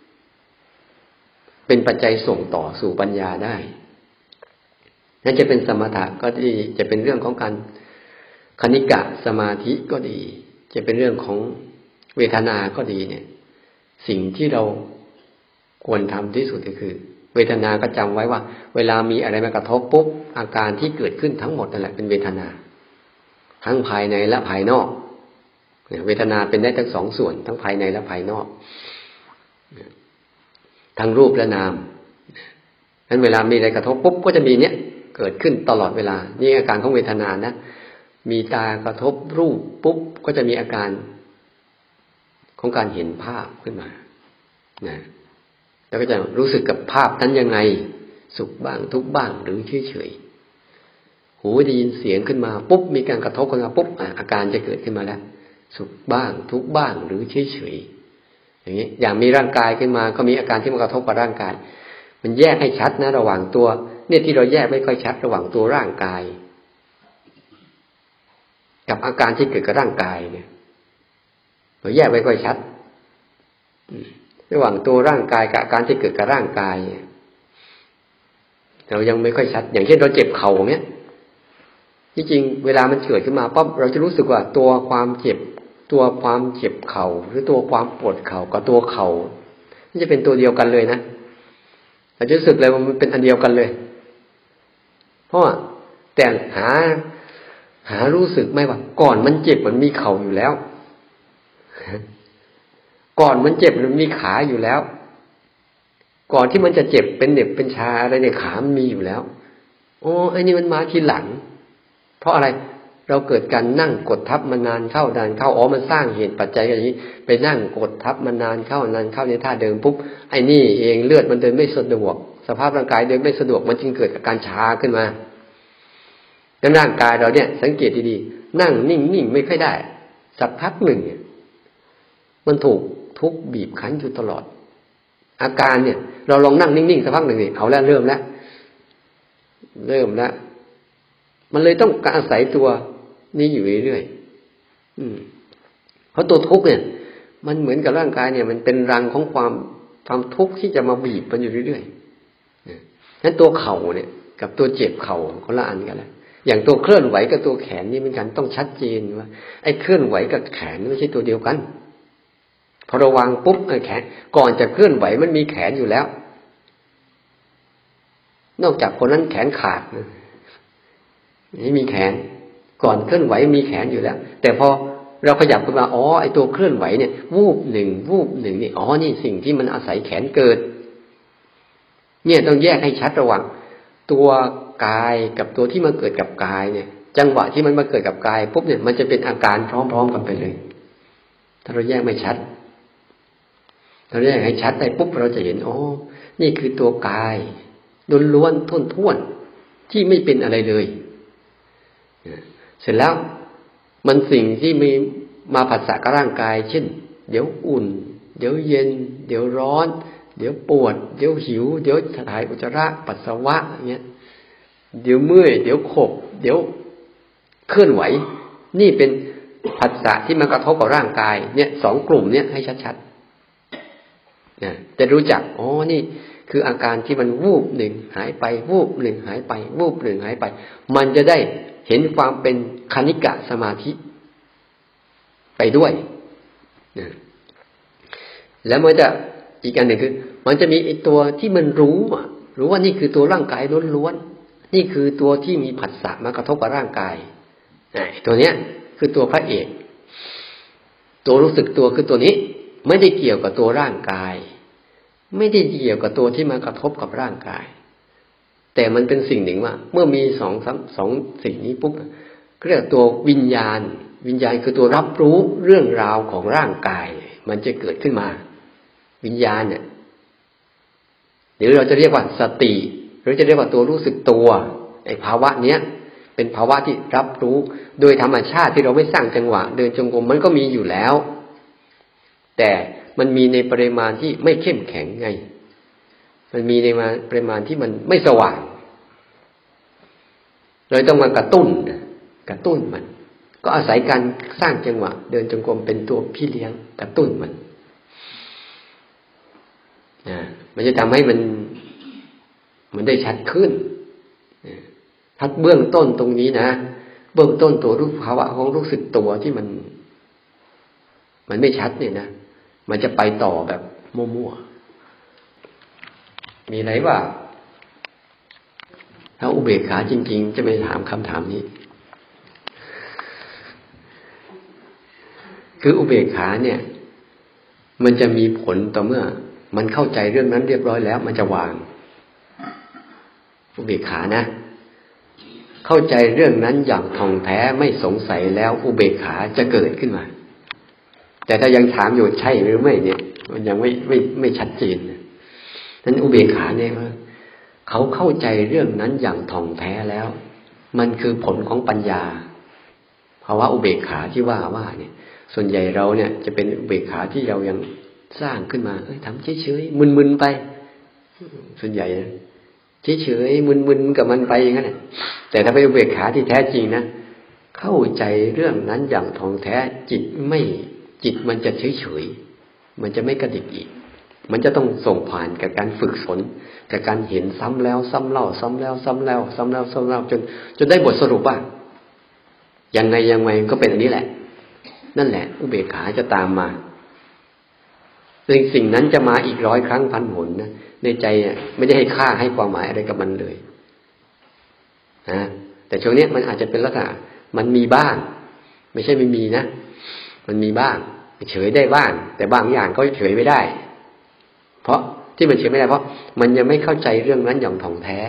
Speaker 1: เป็นปัจจัยส่งต่อสู่ปัญญาได้นั่นจะเป็นสมถะก็ดีจะเป็นเรื่องของการคณิกะสมาธิก็ดีจะเป็นเรื่องของเวทนาก็ดีเนี่ยสิ่งที่เราควรทำที่สุดก็คือเวทนาก็จำไว้ว่าเวลามีอะไรมากระทบปุ๊บอาการที่เกิดขึ้นทั้งหมดนั่นแหละเป็นเวทนาทั้งภายในและภายนอกเวทนาเป็นได้ทั้งสองส่วนทั้งภายในและภายนอกทั้งรูปและนามนั้นเวลามีอะไรกระทบปุ๊บก็จะมีเนี้ยเกิดขึ้นตลอดเวลานี่อาการของเวทนานะมีตากระทบรูปปุ๊บก็จะมีอาการของการเห็นภาพขึ้นมานะแล้วก็จะรู้สึกกับภาพนั้นยังไงสุขบ้างทุกข์บ้างหรือเฉยๆหูได้ยินเสียงขึ้นมาปุ๊บมีการกระทบขึ้นมาปุ๊บอาการจะเกิดขึ้นมาแล้วสุขบ้างทุกข์บ้างหรือเฉยๆอย่างนี้อย่างมีร่างกายขึ้นมาก็มีอาการที่มากระทบกับร่างกายมันแยกให้ชัดนะระหว่างตัวเนี่ยที่เราแยกไม่ค่อยชัดระหว่างตัวร่างกายกับอาการที่เกิดกับร่างกายเนี่ยเราแยกไม่ค่อยชัดระหว่างตัวร่างกายกับอาการที่เกิดกับร่างกายเรายังไม่ค่อยชัดอย่างเช่นเราเจ็บเข่าเนี้ยที่จริงเวลามันเกิดขึ้นมาปั๊บเราจะรู้สึกว่าตัวความเจ็บตัวความเจ็บเข่าหรือตัวความปวดเข่ากับตัวเข่ามันจะเป็นตัวเดียวกันเลยนะเราจะรู้สึกเลยว่ามันเป็นอันเดียวกันเลยเพราะแต่หาหารู้สึกไหมว่าก่อนมันเจ็บมันมีเข่าอยู่แล้วก่อนมันเจ็บมันมีขาอยู่แล้วก่อนที่มันจะเจ็บเป็นเหน็บเป็นชาอะไรในขามันมีอยู่แล้วโอ้ไอ้นี่มันมาทีหลังเพราะอะไรเราเกิดการนั่งกดทับมานานเข้านานเข้าอ๋อมันสร้างเหตุปัจจัยอย่างนี้ไปนั่งกดทับมานานเข้านานเข้าในท่าเดิมปุ๊บไอ้นี่เองเลือดมันเดินไม่สะดวกสภาพร่างกายเดินไม่สะดวกมันจึงเกิดอาการชาขึ้นมาดังร่างกายเราเนี่ยสังเกตดีๆนั่งนิ่งๆไม่ค่อยได้สักพักหนึ่งเนี่ยมันถูกทุกบีบคั้นอยู่ตลอดอาการเนี่ยเราลองนั่งนิ่งๆสักพักหนึ่งนี่เอาแล้วเริ่มแล้วเริ่มแล้วมันเลยต้องการอาศัยตัวนี้อยู่เรื่อยๆอืมเพราะตัวทุกข์เนี่ยมันเหมือนกับร่างกายเนี่ยมันเป็นรังของความความทุกข์ที่จะมาบีบมันอยู่เรื่อยๆนั้นตัวเข่าเนี่ยกับตัวเจ็บเข่าคนละอันกันแล้วอย่างตัวเคลื่อนไหวกับตัวแขนนี่เหมือนกันต้องชัดเจนว่าไอ้เคลื่อนไหวกับแขนไม่ใช่ตัวเดียวกันพอระวังปุ๊บไอ้แขนก่อนจะเคลื่อนไหวมันมีแขนอยู่แล้วนอกจากคนนั้นแขนขาดนะนี่มีแขนก่อนเคลื่อนไหวมีแขนอยู่แล้วแต่พอเราขยับขึ้นมาอ๋อไอ้ตัวเคลื่อนไหวเนี่ยวูบหนึ่งวูบหนึ่งนี่อ๋อนี่สิ่งที่มันอาศัยแขนเกิดเนี่ยต้องแยกให้ชัดระหว่างตัวกายกับตัวที่มาเกิดกับกายเนี่ยจังหวะที่มันมาเกิดกับกายปุ๊บเนี่ยมันจะเป็นอาการพร้อมๆกันไปเลยถ้าเราแยกไม่ชัดเราแยกให้ชัดได้ปุ๊บเราจะเห็นอ๋อนี่คือตัวกายล้วนๆท่วนๆที่ไม่เป็นอะไรเลยเสร็จแล้วมันสิ่งที่มีมาผัสสะกับร่างกายเช่นเดี๋ยวอุ่นเดี๋ยวเย็นเดี๋ยวร้อนเดี๋ยวปวดเดี๋ยวหิวเดี๋ยวถ่ายอุจจาระปัสสาวะอย่างเงี้ยเดี๋ยวเมื่อยเดี๋ยวขบเดี๋ยวเคลื่อนไหวนี่เป็นผัสสะที่มันกระทบกับร่างกายเนี่ยสองกลุ่มเนี่ยให้ชัดๆนะจะรู้จักอ๋อนี่คืออาการที่มันวูบหนึ่งหายไปวูบหนึ่งหายไปวูบหนึ่งหายไปมันจะได้เห็นความเป็นคณิกะสมาธิไปด้วยนะแล้วมันจะอีกอันหนึ่งคือมันจะมีไอ้ตัวที่มันรู้อ่ะรู้ว่านี่คือตัวร่างกายล้วนๆนี่คือตัวที่มีผัสสะมากระทบกับร่างกายไอ้ตัวเนี้ยคือตัวพระเอกตัวรู้สึกตัวคือตัวนี้ไม่ได้เกี่ยวกับตัวร่างกายไม่ได้เกี่ยวกับตัวที่มากระทบกับร่างกายแต่มันเป็นสิ่งหนึ่งว่าเมื่อมีสองสองสิ่งนี้ปุ๊บเรียกตัววิญญาณวิญญาณคือตัวรับรู้เรื่องราวของร่างกายมันจะเกิดขึ้นมาวิญญาณเนี่ยหรือเราจะเรียกว่าสติหรือจะเรียกว่าตัวรู้สึกตัวไอ้ภาวะเนี้ยเป็นภาวะที่รับรู้โดยธรรมชาติที่เราไม่สร้างจังหวะเดินจงกรมมันก็มีอยู่แล้วแต่มันมีในปริมาณที่ไม่เข้มแข็งไงมันมีในปริมาณที่มันไม่สว่างเลยต้องมากระตุ้นกระตุ้นมันก็อาศัยการสร้างจังหวะเดินจงกรมเป็นตัวพี่เลี้ยงกระตุ้นมันนะมันจะทำให้มันมันได้ชัดขึ้นทัดเบื้องต้นตรงนี้นะเบื้องต้นตัวรู้ภาวะของรู้สึกตัวที่มันมันไม่ชัดเนี่ยนะมันจะไปต่อแบบมั่วๆมีไหนว่าถ้าอุเบกขาจริงๆจะไม่ถามคำถามนี้คืออุเบกขาเนี่ยมันจะมีผลต่อเมื่อมันเข้าใจเรื่องนั้นเรียบร้อยแล้วมันจะวางอุเบกขานะเข้าใจเรื่องนั้นอย่างท่องแท้ไม่สงสัยแล้วอุเบกขาจะเกิดขึ้นมาแต่ถ้ายังถามอยู่ใช่หรือไม่เนี่ยมันยังไม่ไม่ไม่ชัดเจนนั้นอุเบกขาเนี่ยว่าเขาเข้าใจเรื่องนั้นอย่างท่องแท้แล้วมันคือผลของปัญญาภาวะอุเบกขาที่ว่าว่าเนี่ยส่วนใหญ่เราเนี่ยจะเป็นอุเบกขาที่เรายังสร้างขึ้นมาเอ้ยทำเฉยๆมึนๆไปส่วนใหญ่นะเฉยๆมึนๆกับมันไปอย่างนั้นแต่ถ้าเป็นอุเบกขาที่แท้จริงนะเข้าใจเรื่องนั้นอย่างท่องแท้จิตไม่จิตมันจะเฉยๆมันจะไม่กระดิกอีกมันจะต้องส่งผ่านกับการฝึกฝนกับการเห็นซ้ำแล้วซ้ำเล่าซ้ำแล้วซ้ำแล้วซ้ำแล้วซ้ำเล่าจนจนได้บทสรุปว่ายังไงยังไงก็เป็นอันนี้แหละนั่นแหละอุเบกขาจะตามมาซึ่งสิ่งนั้นจะมาอีกร้อยครั้งพันหนนะในใจไม่ได้ให้ค่าให้ความหมายอะไรกับมันเลยนะแต่ช่วงนี้มันอาจจะเป็นลักษณะมันมีบ้างไม่ใช่ไม่มีนะมันมีบ้างเฉยได้บ้างแต่บางอย่างก็เฉยไม่ได้เพราะที่มันเฉยไม่ได้เพราะมันยังไม่เข้าใจเรื่องนั้นอย่างถ่องแท้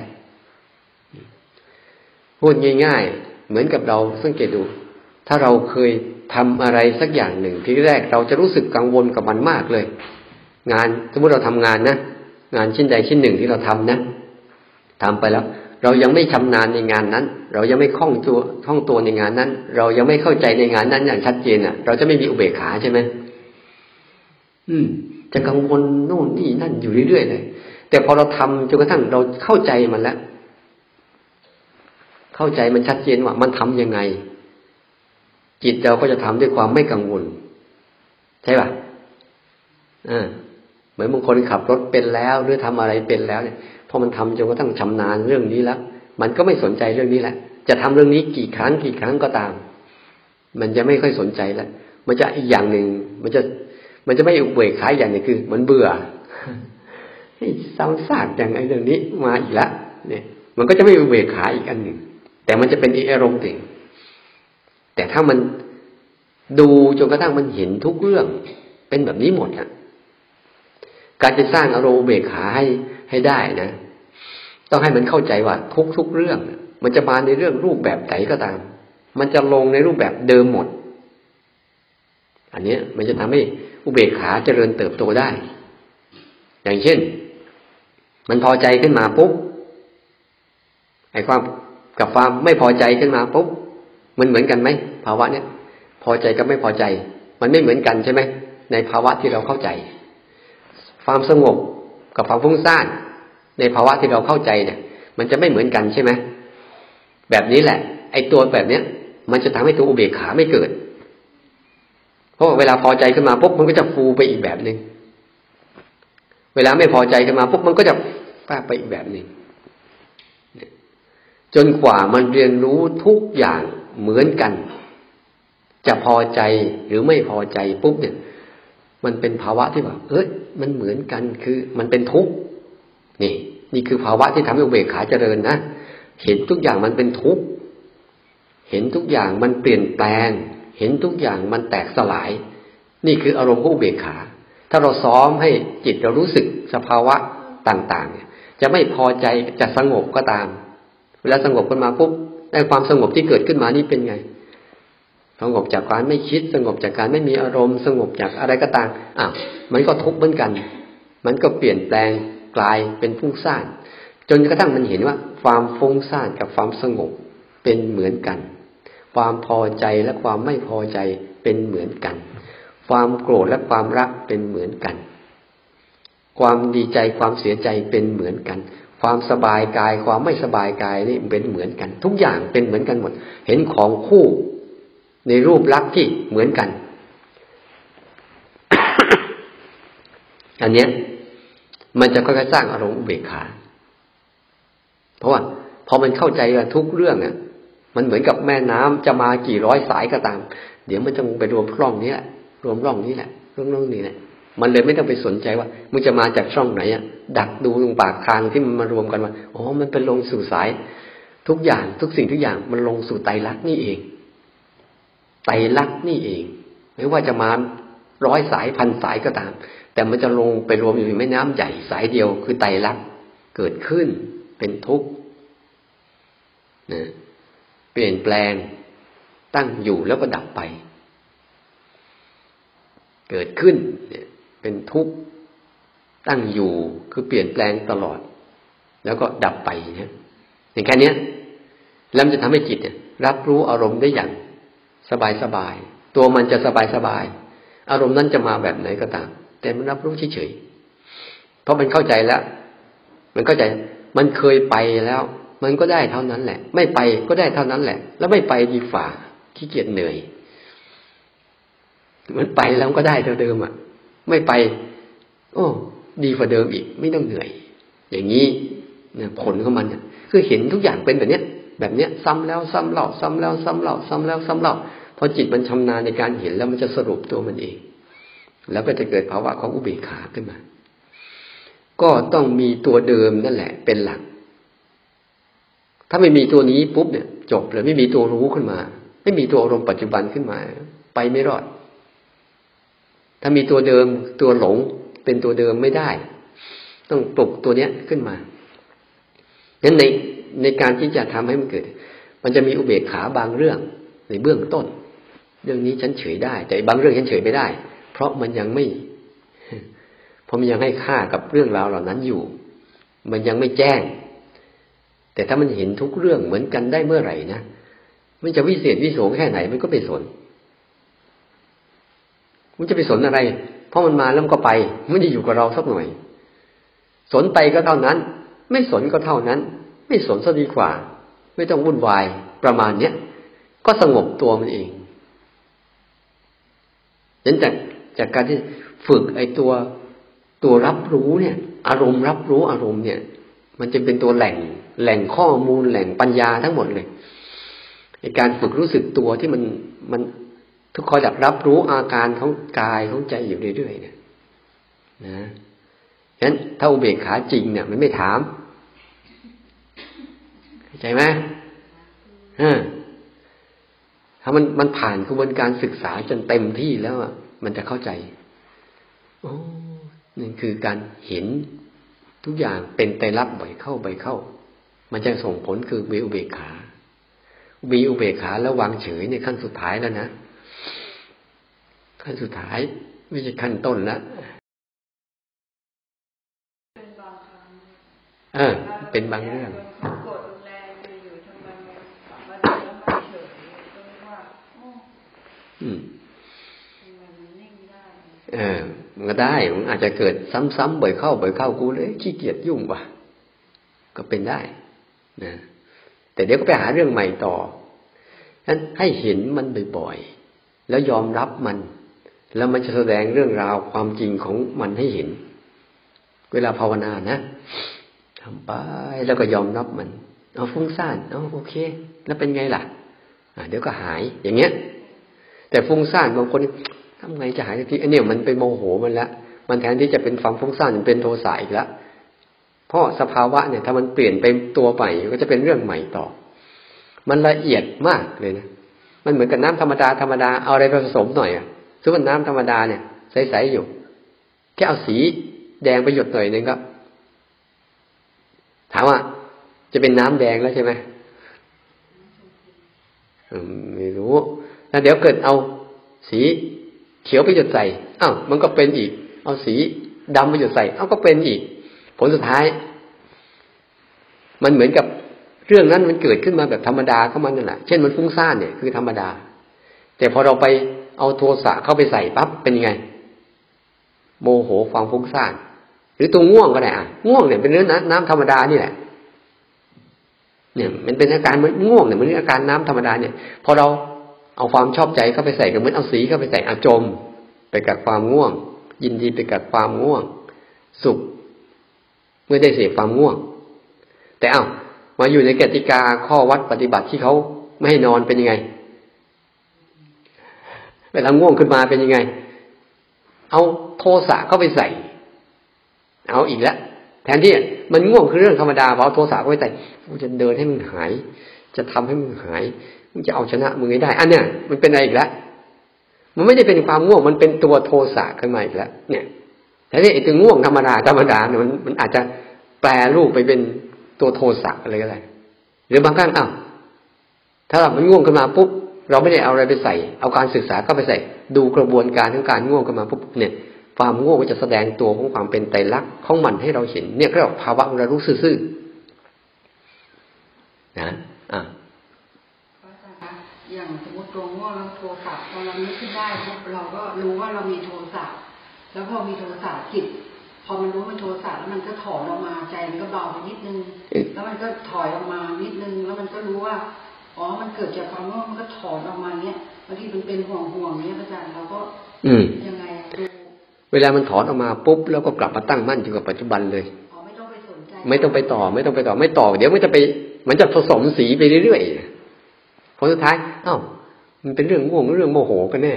Speaker 1: พูดง่ายๆเหมือนกับเราสังเกตดูถ้าเราเคยทำอะไรสักอย่างหนึ่งทีแรกเราจะรู้สึกกังวลกับมันมากเลยงานสมมติเราทำงานนะงานชิ้นใดชิ้นหนึ่งที่เราทำนะทำไปแล้วเรายังไม่ชำนาญในงานนั้นเรายังไม่คล่องตัวคล่องตัวในงานนั้นเรายังไม่เข้าใจในงานนั้นอย่างชัดเจนอ่ะเราจะไม่มีอุเบกขาใช่ไหมอืมจะกังวลโน่นนี่นั่นอยู่เรื่อยๆเลยแต่พอเราทำจนกระทั่งเราเข้าใจมันแล้วเข้าใจมันชัดเจนว่ามันทำยังไงจิตเราก็จะทำด้วยความไม่กังวลใช่ป่ะอ่าเหมือนบางคนขับรถเป็นแล้วหรือทำอะไรเป็นแล้วเนี่ยพอมันทำจนกระทั่งชำนาญเรื่องนี้แล้วมันก็ไม่สนใจเรื่องนี้แหละจะทำเรื่องนี้กี่ครั้งกี่ครั้งก็ตามมันจะไม่ค่อยสนใจแล้วมันจะอีกอย่างหนึ่งมันจะมันจะไม่อุเบกขาอย่างหนึ่งคือมันเบื่อซ้ำซากอย่างไอ้เรื่องนี้มาอีกแล้วเนี่ยมันก็จะไม่อุเบกขาอีกอันหนึ่งแต่มันจะเป็นอีกอารมณ์หนึ่งแต่ถ้ามันดูจนกระทั่งมันเห็นทุกเรื่องเป็นแบบนี้หมดอ่ะการจะสร้างอารมณ์อุเบกขาให้ให้ได้นะต้องให้มันเข้าใจว่าทุกทุกเรื่องมันจะมาในเรื่องรูปแบบไหนก็ตามมันจะลงในรูปแบบเดิมหมดอันนี้มันจะทำให้อุเบกขาเจริญเติบโตได้อย่างเช่นมันพอใจขึ้นมาปุ๊บไอ้ความกับความไม่พอใจขึ้นมาปุ๊บมันเหมือนกันไหมภาวะเนี้ยพอใจกับไม่พอใจมันไม่เหมือนกันใช่ไหมในภาวะที่เราเข้าใจความสงบกับความฟุ้งซ่านในภาวะที่เราเข้าใจเนี่ยมันจะไม่เหมือนกันใช่ไหมแบบนี้แหละไอ้ตัวแบบเนี้ยมันจะทำให้ตัวอุเบกขาไม่เกิดเพราะเวลาพอใจขึ้นมาปุ๊บมันก็จะฟูไปอีกแบบนึงเวลาไม่พอใจขึ้นมาปุ๊บมันก็จะฟ้าไปอีกแบบนึงจนกว่ามันเรียนรู้ทุกอย่างเหมือนกันจะพอใจหรือไม่พอใจปุ๊บเนี่ยมันเป็นภาวะที่ว่าเอ้ยมันเหมือนกันคือมันเป็นทุกข์นี่นี่คือภาวะที่ทำให้อุเบกขาเจริญนะเห็นทุกอย่างมันเป็นทุกข์เห็นทุกอย่างมันเปลี่ยนแปลงเห็นทุกอย่างมันแตกสลายนี่คืออารมณ์ของอุเบกขาถ้าเราซ้อมให้จิตเรารู้สึกสภาวะต่างๆเนี่ยจะไม่พอใจจะสงบก็ตามเวลาสงบขึ้นมาปุ๊บได้ความสงบที่เกิดขึ้นมานี่เป็นไงสงบจากการไม่คิดสงบจากการไม่มีอารมณ์สงบจากอะไรก็ตามอ้าวมันก็ทุกข์เหมือนกันมันก็เปลี่ยนแปลงกลายเป็นฟุ้งซ่านจนกระทั่งมันเห็นว่าความฟุ้งซ่านกับความสงบเป็นเหมือนกันความพอใจและความไม่พอใจเป็นเหมือนกันความโกรธและความรักเป็นเหมือนกันความดีใจความเสียใจเป็นเหมือนกันความสบายกายความไม่สบายกายนี่เป็นเหมือนกันทุกอย่างเป็นเหมือนกันหมดเห็นของคู่ในรูปลักษณ์ที่เหมือนกัน อันเนี้ยมันจะค่อยๆสร้างอารมณ์อุเบกขาเพราะว่าพอมันเข้าใจว่าทุกเรื่องอ่ะมันเหมือนกับแม่น้ำจะมากี่ร้อยสายก็ตามเดี๋ยวมันจะไปรวมร่องนี้แหละรวมร่องนี้แหละร่องร่องนี้แหละมันเลยไม่ต้องไปสนใจว่ามันจะมาจากช่องไหนอ่ะดักดูตรงปากทางที่มันมารวมกันว่าอ๋อมันเป็นลงสู่สายทุกอย่างทุกสิ่งทุกอย่างมันลงสู่ไตรลักษณ์นี่เองไตรลักษณ์นี่เองไม่ว่าจะมาร้อยสายพันสายก็ตามแต่มันจะลงไปรวมอยู่ในแม่น้ำใหญ่สายเดียวคือไตรลักษณ์เกิดขึ้นเป็นทุกข์นะเปลี่ยนแปลงตั้งอยู่แล้วก็ดับไปเกิดขึ้นเนี่ยเป็นทุกข์ตั้งอยู่คือเปลี่ยนแปลงตลอดแล้วก็ดับไปเนี่ยอย่างแค่นี้แล้วมันจะทำให้จิตเนี่ยรับรู้อารมณ์ได้อย่างสบายๆตัวมันจะสบายๆอารมณ์นั้นจะมาแบบไหนก็ตามแต่มันรับรู้เฉยๆเพราะมันเข้าใจแล้วมันเข้าใจมันเคยไปแล้วมันก็ได้เท่านั้นแหละไม่ไปก็ได้เท่านั้นแหละแล้วไม่ไปดีฝ่าขี้เกียจเหนื่อยมันไปแล้วก็ได้เท่าเดิมอ่ะไม่ไปโอ้ดีกว่าเดิมอีกไม่ต้องเหนื่อยอย่างนี้เนี่ยผลของมันคือเห็นทุกอย่างเป็นแบบเนี้ยแบบเนี้ยซ้ำแล้วซ้ำเล่าซ้ำแล้วซ้ำเล่าซ้ำแล้วซ้ำเล่าพอจิตมันชำนาญในการเห็นแล้วมันจะสรุปตัวมันเองแล้วก็จะเกิดภาวะของอุเบกขาขึ้นมาก็ต้องมีตัวเดิมนั่นแหละเป็นหลักถ้าไม่มีตัวนี้ปุ๊บเนี่ยจบเลยไม่มีตัวรู้ขึ้นมาไม่มีตัวอารมณ์ปัจจุบันขึ้นมาไปไม่รอดถ้ามีตัวเดิมตัวหลงเป็นตัวเดิมไม่ได้ต้องปลุกตัวเนี้ยขึ้นมางั้นในในการที่จะทำให้มันเกิดมันจะมีอุเบกขาบางเรื่องในเบื้องต้นเรื่องนี้ฉันเฉยได้แต่บางเรื่องฉันเฉยไม่ได้เพราะมันยังไม่เพราะมันยังให้ค่ากับเรื่องราวเหล่านั้นอยู่มันยังไม่แจ้งแต่ถ้ามันเห็นทุกเรื่องเหมือนกันได้เมื่อไหร่นะมันจะวิเศษวิโสแค่ไหนมันก็ไม่สนมันจะไปสนอะไรเพราะมันมาแล้วมันก็ไปไม่ได้อยู่กับเราสักหน่อยสนไปก็เท่านั้นไม่สนก็เท่านั้นไม่สนซะดีกว่าไม่ต้องวุ่นวายประมาณเนี้ยก็สงบตัวมันเองฉะนั้นจากจากการที่ฝึกไอ้ตัวตัวรับรู้เนี่ยอารมณ์รับรู้อารมณ์เนี่ยมันจะเป็นตัวแหล่งแหล่งข้อมูลแหล่งปัญญาทั้งหมดเลยในการฝึกรู้สึกตัวที่มันมันทุกคอยดับรับรู้อาการของกายของใจอยู่เรื่อยๆเนี่ยนะฉะนั้นถ้าอุเบกขาจริงเนี่ยมันไม่ถามเข้าใจไหมฮะถ้ามันมันผ่านกระบวนการศึกษาจนเต็มที่แล้วอ่ะมันจะเข้าใจโอ้นั่นคือการเห็นทุกอย่างเป็นไตรลักษณ์บ่อยเข้าบ่อยเข้ามันจะส่งผลคือมีอุเบกขามีอุเบกขาแล้ววางเฉยในขั้นสุดท้ายแล้วนะขั้นสุดท้ายไม่ใช่ขั้นต้นแล้วเออเป็นบางเรื่องอืมเออมันก็ได้มันอาจจะเกิดซ้ำๆบ่อยเข้าบ่อยเข้ากูเลยขี้เกียจยุ่งว่ะก็เป็นได้นะแต่เดี๋ยวก็ไปหาเรื่องใหม่ต่อฉะนั้นให้เห็นมันบ่อยๆแล้วยอมรับมันแล้วมันจะแสดงเรื่องราวความจริงของมันให้เห็นเวลาภาวนานะทำไปแล้วก็ยอมรับมันเอาฟุ้งซ่านเอาโอเคแล้วเป็นไงล่ะอ่าเดี๋ยวก็หายอย่างเงี้ยแต่ฟุ้งซ่านบางคนทำไงจะหายสักทีอันเนี้ยมันไปโมโหมันแล้วมันแทนที่จะเป็นความฟุ้งซ่านมันเป็นโทสะอีกแล้วเพราะสภาวะเนี่ยถ้ามันเปลี่ยนไปตัวใหม่ก็จะเป็นเรื่องใหม่ต่อมันละเอียดมากเลยนะมันเหมือนกับน้ำธรรมดาธรรมดาเอาอะไรผสมหน่อยอ่ะซึ่งมันน้ำธรรมดาเนี่ยใสๆอยู่แค่เอาสีแดงไปหยดหน่อยนึงก็ถามว่าจะเป็นน้ำแดงแล้วใช่ไหมไม่รู้แล้วเดี๋ยวเกิดเอาสีเขียวไปหยดใส่อ้าวมันก็เป็นอีกเอาสีดำไปหยดใส่อ้าวก็เป็นอีกผลสุดท้ายมันเหมือนกับเรื่องนั้นมันเกิดขึ้นมาแบบธรรมดาเข้ามานั่นแหละเช่นมันฟุ้งซ่านเนี่ยคือธรรมดาแต่พอเราไปเอาโทสะเข้าไปใส่ปั๊บเป็นยังไงโมโหความฟุ้งซ่านหรือตัวง่วงก็ได้อ่ะง่วงเนี่ยเป็นเรื่องน้ำธรรมดานี่แหละเนี่ยมันเป็นอาการมันง่วงเนี่ยมันเป็นอาการน้ำธรรมดาเนี่ยพอเราเอาความชอบใจเข้าไปใส่ก็เหมือนเอาสีเข้าไปใส่อาจมไปกับความง่วงยินดีไปกับความง่วงสุขเมื่อได้เสพความง่วงแต่เอ้ามาอยู่ในกติกาข้อวัดปฏิบัติที่เขาไม่ให้นอนเป็นยังไงเวลาง่วงขึ้นมาเป็นยังไงเอาโทสะเข้าไปใส่เอาอีกแล้วแทนที่มันง่วงคือเรื่องธรรมดาพอเอาโทสะเข้าไปใส่กูจะเดินให้มันหายจะทำให้มันหายมึงจะเอาชนะมึงให้ได้อันเนี้ยมันเป็นอะไรอีกแล้วมันไม่ได้เป็นความง่วงมันเป็นตัวโทสะขึ้นมาอีกแล้วเนี่ยแต่นี่ไอ้ตัวง่วงธรรมดาธรรมดาเนี่ยมันมันอาจจะแปลรูปไปเป็นตัวโทสะอะไรก็ได้หรือบางครั้งอ้าวถ้าเรามันง่วงขึ้นมาปุ๊บเราไม่ได้เอาอะไรไปใส่เอาการศึกษาเข้าไปใส่ดูกระบวนการของการง่วงขึ้นมาปุ๊บเนี่ยความง่วงก็จะแสดงตัวของความเป็นไตรลักษณ์ของมันให้เราเห็นเนี่ยเรียกว่าภาวะเรารู้ซื่อๆนะอ่ะ
Speaker 2: อย่างสมมติตัวง่วงแล้วโทสะพอเรานึกขึ้นได้ปุ๊บเราก็รู้ว่าเรามีโทสะแล้วพอมีโทสะจิตพอมันรู้มันโทสะแล้วมันก็ถอนออกมาใจมันก็เบาไปนิดนึงแล้วมันก็ถอยออกมานิดนึงแล้วมันก็รู้ว่าอ๋อมันเกิดจากความง่วงมันก็ถอนออกมาเนี้ยบางทีมันเป็นห่วงห่วงเนี้ยอาจารย์เราก็ยังไงดู
Speaker 1: เวลามันถอนออกมาปุ๊บแล้วก็กลับมาตั้งมั่นอยู่กับปัจจุบันเลย
Speaker 2: ไม่ต้องไปสนใจ
Speaker 1: ไม่ต้องไปต่อไม่ต้องไปต่อไม่ต่อเดี๋ยวมันจะไปมันจะผสมสีไปเรื่อยๆพอสุดท้ายอ้าวมันเป็นเรื่องง่วงเรื่องโมโหกันแน่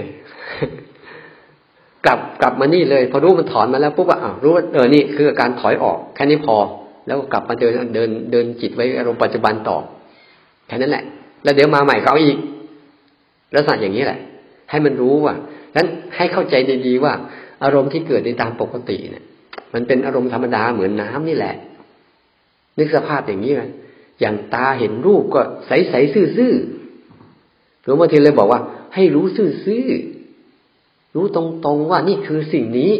Speaker 1: กลับกลับมานี่เลยพอรู้มันถอนมาแล้วปุ๊บอ่ะอ้าวรู้ว่าเออนี่คืออาการถอยออกแค่นี้พอแล้วก็กลับมาเดินเดินเดินจิตไว้อารมณ์ปัจจุบันต่อแค่นั้นแหละแล้วเดี๋ยวมาใหม่ก็เอาอีกลักษณะอย่างนี้แหละให้มันรู้ว่านั้นให้เข้าใจดีๆว่าอารมณ์ที่เกิดในตามปกติเนี่ยมันเป็นอารมณ์ธรรมดาเหมือนน้ำนี่แหละนึกสภาพอย่างนี้นะอย่างตาเห็นรูปก็ใสๆซื่อๆหลวงพ่อเทียนเลยบอกว่าให้รู้ซื่อๆรู้ตรงๆว่านี่คือสิ่งนี้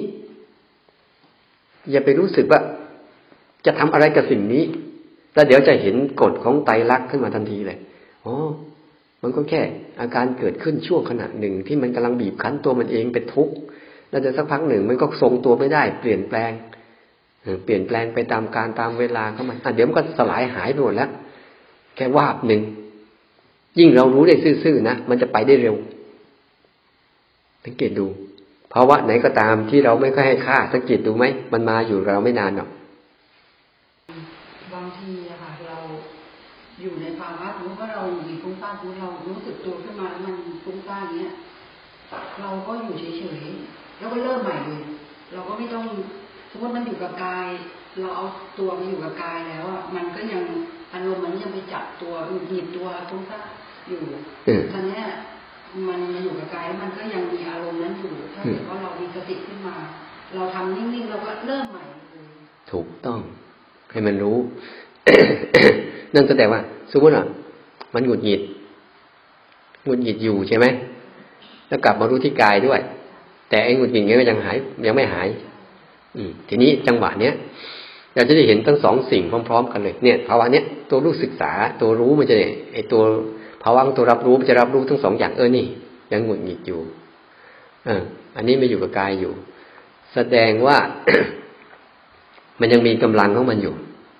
Speaker 1: อย่าไปรู้สึกว่าจะทำอะไรกับสิ่งนี้แล้วเดี๋ยวจะเห็นกฎของไตรลักษณ์ขึ้นมาทันทีเลยอ๋อมันก็แค่อาการเกิดขึ้นช่วงขณะหนึ่งที่มันกำลังบีบคั้นตัวมันเองเป็นทุกข์แล้วจะสักพักหนึ่งมันก็ทรงตัวไม่ได้เปลี่ยนแปลงเปลี่ยนแปลงไปตามการตามเวลาเข้ามาอ่ะเดี๋ยวมันก็สลายหายไปหมดแล้วแค่วาบหนึ่งยิ่งเรารู้ได้ซื่อๆนะมันจะไปได้เร็วสังเกตดูภาวะไหนก็ตามที่เราไม่ค่อยให้ค่าสังเกตดูไหมมันมาอยู่เราไม่นานหรอก
Speaker 2: บางทีอะค่ะเราอยู่ในภาวะรู้ว่าเรามีฟุ้งซ่านรู้เรารู้สึกตัวขึ้นมาแล้วมันฟุ้งซ่านเนี้ยเราก็อยู่เฉยๆแล้วก็เริ่มใหม่เลยเราก็ไม่ต้องสมมติมันอยู่กับกายเราเอาตัวมาอยู่กับกายแล้วอ่ะมันก็ยังอารมณ์มันยังไปจับตัวหยิบตัวฟุ้งซ่านอยู่ตอนนี้มันมาอยู่กับกายมันก็ยังมีอารมณ์นั้นอยู่ถ้าเกิดว่าเรามีสติขึ้นมาเราทำนิ่งๆเราก็เริ่มใหม่เลย
Speaker 1: ถูกต้องให้มันรู้ นั่นแสดงว่าสมมติว่ามันหงุดหงิดหงุดหงิดอยู่ใช่ไหมแล้วกลับมารู้ที่กายด้วยแต่ไอ้หงุดหงิดนี้ก็ยังหายยังไม่หายอืมทีนี้จังหวะเนี้ยเราจะได้เห็นทั้งสองสิ่งพร้อมๆกันเลยเนี่ยภาวะเนี้ยตัวรู้ศึกษาตัวรู้มันจะไอ้ตัวภาวะตัวรับรู้มันจะรับรู้ทั้งสองอย่างเออนี่ยังหงุดหงิดอยู่อ่าอันนี้ไม่อยู่กับกายอยู่แสดงว่า มันยังมีกำลังของมันอยู่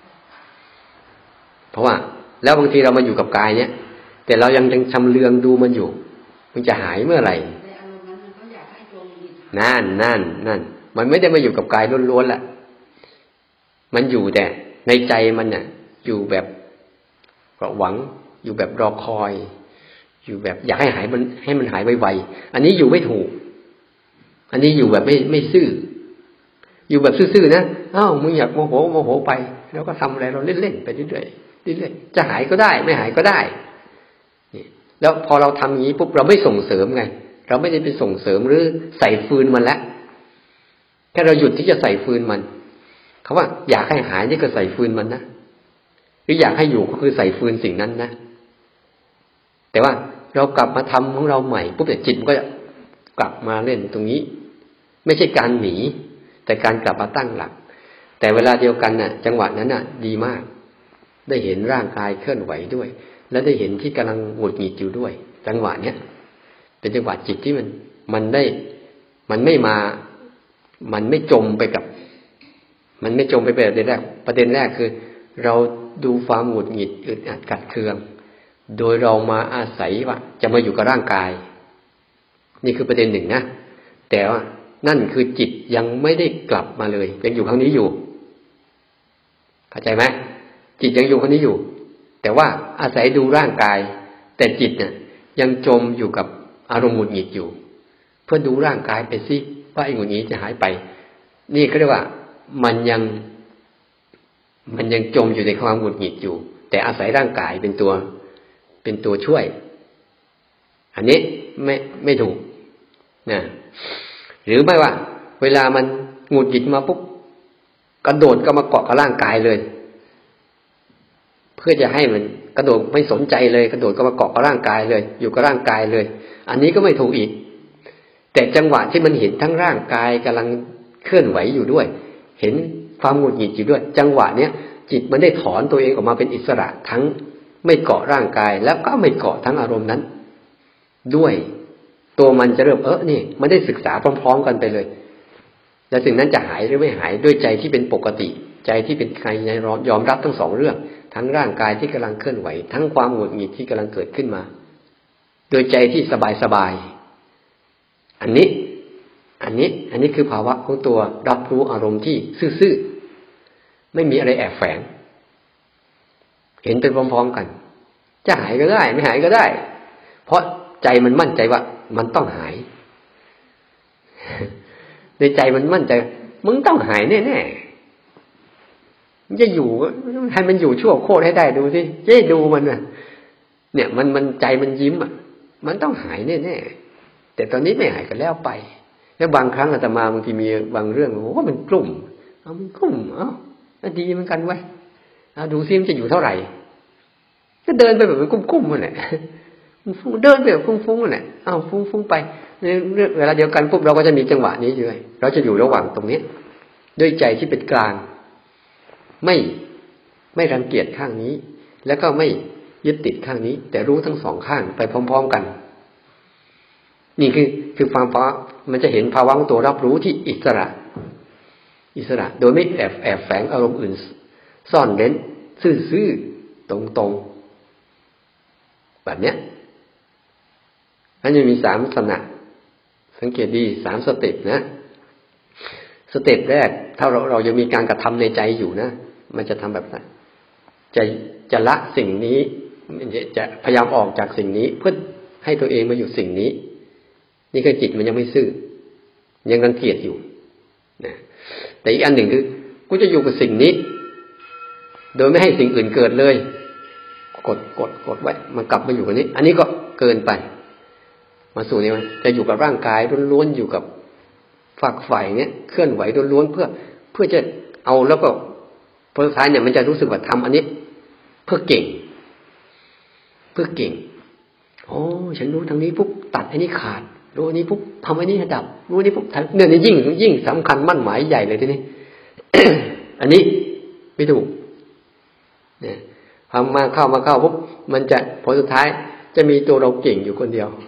Speaker 1: เพราะว่าแล้วบางทีเรามาอยู่กับกายเนี้ยแต่เรายังยังชำเลืองดูมันอยู่มันจะหายเมื่อไหร่นั่นนั่นนั่นมันไม่ได้มาอยู่กับกายล้วนๆแหละมันอยู่แต่ในใจมันน่ะอยู่แบบหวังอยู่แบบรอคอยอยู่แบบอยากให้หายมันให้มันหายไวๆอันนี้อยู่ไม่ถูกอันนี้อยู่แบบไม่ไม่ซื่ออยู่แบบซื่อๆนะอ้าวมึงอยากโมโหโมโหไปแล้วก็ทำอะไรเราเล่นๆไปเรื่อยๆเรื่อยๆจะหายก็ได้ไม่หายก็ได้นี่แล้วพอเราทำอย่างนี้ปุ๊บเราไม่ส่งเสริมไงเราไม่ได้ไปส่งเสริมหรือใส่ฟืนมันแล้วแค่เราหยุดที่จะใส่ฟืนมันเขาว่าอยากให้หายนี่ก็ใส่ฟืนมันนะหรืออยากให้อยู่ก็คือใส่ฟืนสิ่งนั้นนะแต่ว่าเรากลับมาทำของเราใหม่ปุ๊บเนี่ยจิตมันก็กลับมาเล่นตรงนี้ไม่ใช่การหนีแต่การกลับมาตั้งหลักแต่เวลาเดียวกันน่ะจังหวะนั้นน่ะดีมากได้เห็นร่างกายเคลื่อนไหวด้วยและได้เห็นที่กำลังหงุดหงิดอยู่ด้วยจังหวะเนี้ยเป็นจังหวะจิตที่มันมันได้มันไม่มามันไม่จมไปกับมันไม่จมไปแบบประเด็นแรกประเด็นแรกคือเราดูความหงุดหงิดอึดอัดขัดเคืองโดยเรามาอาศัยว่าจะมาอยู่กับร่างกายนี่คือประเด็นหนึ่งนะแต่ว่านั่นคือจิตยังไม่ได้กลับมาเลยยังอยู่ข้างนี้อยู่เข้าใจไหมจิตยังอยู่ข้างนี้อยู่แต่ว่าอาศัยดูร่างกายแต่จิตเนี่ยยังจมอยู่กับอารมณ์หงุดหงิดอยู่เพื่อดูร่างกายไปสิว่าไอ้หงุดหงิดจะหายไปนี่ก็เรียกว่ามันยังมันยังจมอยู่ในความหงุดหงิดอยู่แต่อาศัยร่างกายเป็นตัวเป็นตัวช่วยอันนี้ไม่ไม่ถูกนะหรือไม่ว่าเวลามันหงุดหงิดมาปุ๊บกระโดดก็มาเกาะกับร่างกายเลยเพื่อจะให้มันกระโดดไม่สนใจเลยกระโดดก็มาเกาะกับร่างกายเลยอยู่กับร่างกายเลยอันนี้ก็ไม่ถูกอีกแต่จังหวะที่มันเห็นทั้งร่างกายกำลังเคลื่อนไหวอยู่ด้วยเห็นความหงุดหงิดอยู่ด้วยจังหวะเนี้ยจิตมันได้ถอนตัวเองออกมาเป็นอิสระทั้งไม่เกาะร่างกายแล้วก็ไม่เกาะทั้งอารมณ์นั้นด้วยตัวมันจะเริ่มเออนี่มันได้ศึกษาพร้อมๆกันไปเลยแล้วสิ่งนั้นจะหายหรือไม่หายด้วยใจที่เป็นปกติใจที่เป็นใครยอมรับทั้งสองเรื่องทั้งร่างกายที่กำลังเคลื่อนไหวทั้งความหงุดหงิดที่กำลังเกิดขึ้นมาโดยใจที่สบายๆอันนี้อันนี้อันนี้คือภาวะของตัวรับรู้อารมณ์ที่ซื่อๆไม่มีอะไรแอบแฝงเห็นเป็นพร้อมๆกันจะหายก็ได้ไม่หายก็ได้เพราะใจมันมั่นใจว่ามันต้องหายในใจมันมั่นใจมึงต้องหายแน่ๆมันจะอยู่ให้มันอยู่ชั่วโคตรให้ได้ดูสิจะได้ดูมันน่ะเนี่ยมันมันใจมันยิ้มอ่ะมันต้องหายแน่ๆแต่ตอนนี้ไม่หายก็แล้วไปแล้วบางครั้งอาตมาบางทีมีบางเรื่องโอ้มันกลุ่มเอามันกลุ่มเอ้าดีเหมือนกันไว้เอาดูซิมันจะอยู่เท่าไหร่ก็เดินไปแบบมันกุ้มๆมันแหละเดินไปแบบฟุ้งๆมันแหละเอาฟุ้งๆไปเวลาเดียวกันปุ๊บเราก็จะมีจังหวะนี้ด้วยเราจะอยู่ระหว่างตรงนี้ด้วยใจที่เป็นกลางไม่ไม่รังเกียจข้างนี้แล้วก็ไม่ยึดติดข้างนี้แต่รู้ทั้งสองข้างไปพร้อมๆกันนี่คือคือความภาวะมันจะเห็นภาวะของตัวรับรู้ที่อิสระอิสระโดยไม่แอบแอบแฝงอารมณ์อื่นซ่อนเร้นซื่อๆตรงๆแบบเนี้ยอันนี้มีสามลักษณะสังเกตดีสามสเต็ปนะสเต็ปแรกถ้าเราเรายังมีการกระทำในใจอยู่นะมันจะทำแบบนั้นจะจะละสิ่งนี้จะพยายามออกจากสิ่งนี้เพื่อให้ตัวเองมาอยู่สิ่งนี้นี่คือจิตมันยังไม่ซื่อยังรังเกียจอยู่นะแต่อีกอันหนึ่งคือกูจะอยู่กับสิ่งนี้โดยไม่ให้สิ่งอื่นเกิดเลยกดกดกดไว้มันกลับมาอยู่กับนี้อันนี้ก็เกินไปมาสู่นี่มันจะอยู่กับร่างกายล้วนๆอยู่กับฝักใฝ่เนี้ยเคลื่อนไหวล้วนๆเพื่อเพื่อจะเอาแล้วก็พอสุดท้ายเนี่ยมันจะรู้สึกว่าทำอันนี้เพื่อเก่งเพื่อเก่งโอ้ฉันรู้ทางนี้ปุ๊บตัดอันนี้ขาดรู้อันนี้ปุ๊บทำอันนี้ให้ดับรู้อันนี้ปุ๊บเนี่ยนี่ยิ่งยิ่งสำคัญมั่นหมายใหญ่เลยทีนี้ อันนี้ไม่ถูกเนี่ยพอมาเข้ามาเข้าปุ๊บมันจะผลสุดท้ายจะมีตัวเราเก่งอยู่คนเดียว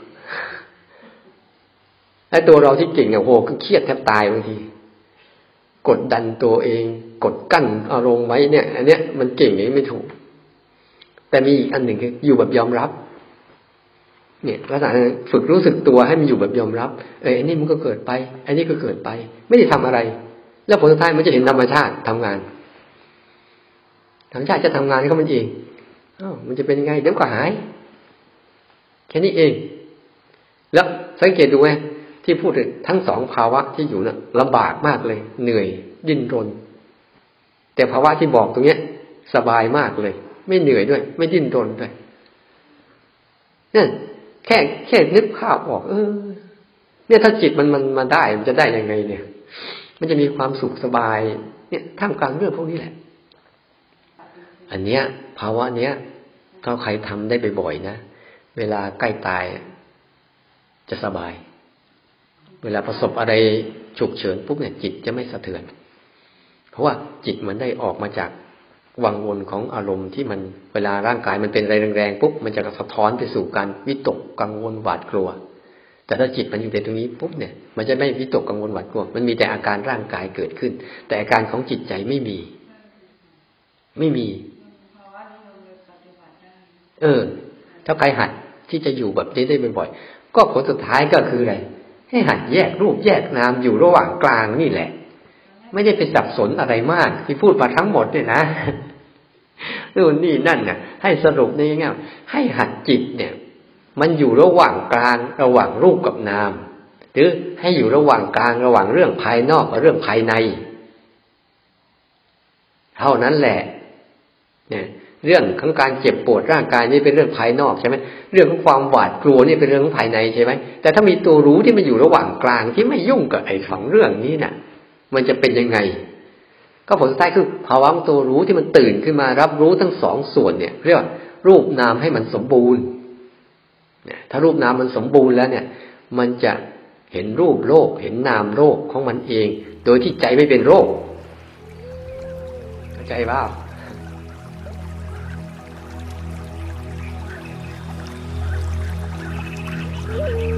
Speaker 1: ไอ้ตัวเราที่เก่งเนี่ยโหเครียดแทบตายบางทีกดดันตัวเองกดกั้นอารมณ์ไว้เนี่ยอันเนี้ยมันเก่งอย่างนี้ไม่ถูกแต่มีอีกอันหนึ่งคืออยู่แบบยอมรับเนี่ยลักษณะนั้นฝึกรู้สึกตัวให้มันอยู่แบบยอมรับเอออันนี้มันก็เกิดไปอันนี้ก็เกิดไปไม่ได้ทำอะไรแล้วผลสุดท้ายมันจะเห็นธรรมชาติทำงานธรรมชาติจะทำงานของมันเองอ้าวมันจะเป็นยังไงเดี๋ยวก็หายแค่นี้เองแล้วสังเกตดูไหมที่พูดถึงทั้งสองภาวะที่อยู่น่ะลำบากมากเลยเหนื่อยดิ้นรนแต่ภาวะที่บอกตรงเนี้ยสบายมากเลยไม่เหนื่อยด้วยไม่ดิ้นรนด้วยนั่นแค่แค่นึกภาพออกเออเนี่ยถ้าจิตมันมันมาได้มันจะได้ยังไงเนี่ยมันจะมีความสุขสบายเนี่ยท่ามกลางเรื่องพวกนี้แหละอันเนี้ยภาวะเนี้ยถ้าใครทำได้บ่อยๆนะเวลาใกล้ตายจะสบายเวลาประสบอะไรฉุกเฉินปุ๊บเนี่ยจิตจะไม่สะเทือนเพราะว่าจิตมันได้ออกมาจากวังวนของอารมณ์ที่มันเวลาร่างกายมันเป็นอะไรแรงๆปุ๊บมันจะสะท้อนไปสู่การวิตกกังวลหวาดกลัวแต่ถ้าจิตมันอยู่ในตรงนี้ปุ๊บเนี่ยมันจะไม่วิตกกังวลหวาดกลัวมันมีแต่อาการร่างกายเกิดขึ้นแต่อาการของจิตใจไม่มีไม่มีเออถ้าใครหัดที่จะอยู่แบบนี้ได้บ่อยๆก็ผลสุดท้ายก็คืออะไรให้หัดแยกรูปแยกนามอยู่ระหว่างกลางนี่แหละไม่ได้ไปสับสนอะไรมากที่พูดมาทั้งหมดเนี่ยนะนู่นนี่นั่นน่ะให้สรุปในง่ายๆให้หัดจิตเนี่ยมันอยู่ระหว่างกลางระหว่างรูปกับนามหรือให้อยู่ระหว่างกลางระหว่างเรื่องภายนอกกับเรื่องภายในเท่านั้นแหละเนี่ยเรื่องของการเจ็บปวดร่างกายนี่เป็นเรื่องภายนอกใช่ไหมเรื่องของความหวาดกลัวนี่เป็นเรื่องของภายในใช่ไหมแต่ถ้ามีตัวรู้ที่มันอยู่ระหว่างกลางที่ไม่ยุ่งกับไอ้สองเรื่องนี้น่ะมันจะเป็นยังไงก็ผลสุดท้ายคือภาวะตัวรู้ที่มันตื่นขึ้นมารับรู้ทั้งสองส่วนเนี่ยเรียกว่ารูปนามให้มันสมบูรณ์เนี่ยถ้ารูปนามมันสมบูรณ์แล้วเนี่ยมันจะเห็นรูปโลกเห็นนามโลกของมันเองโดยที่ใจไม่เป็นโรคเข้าใจเปล่า
Speaker 3: Mm-hmm.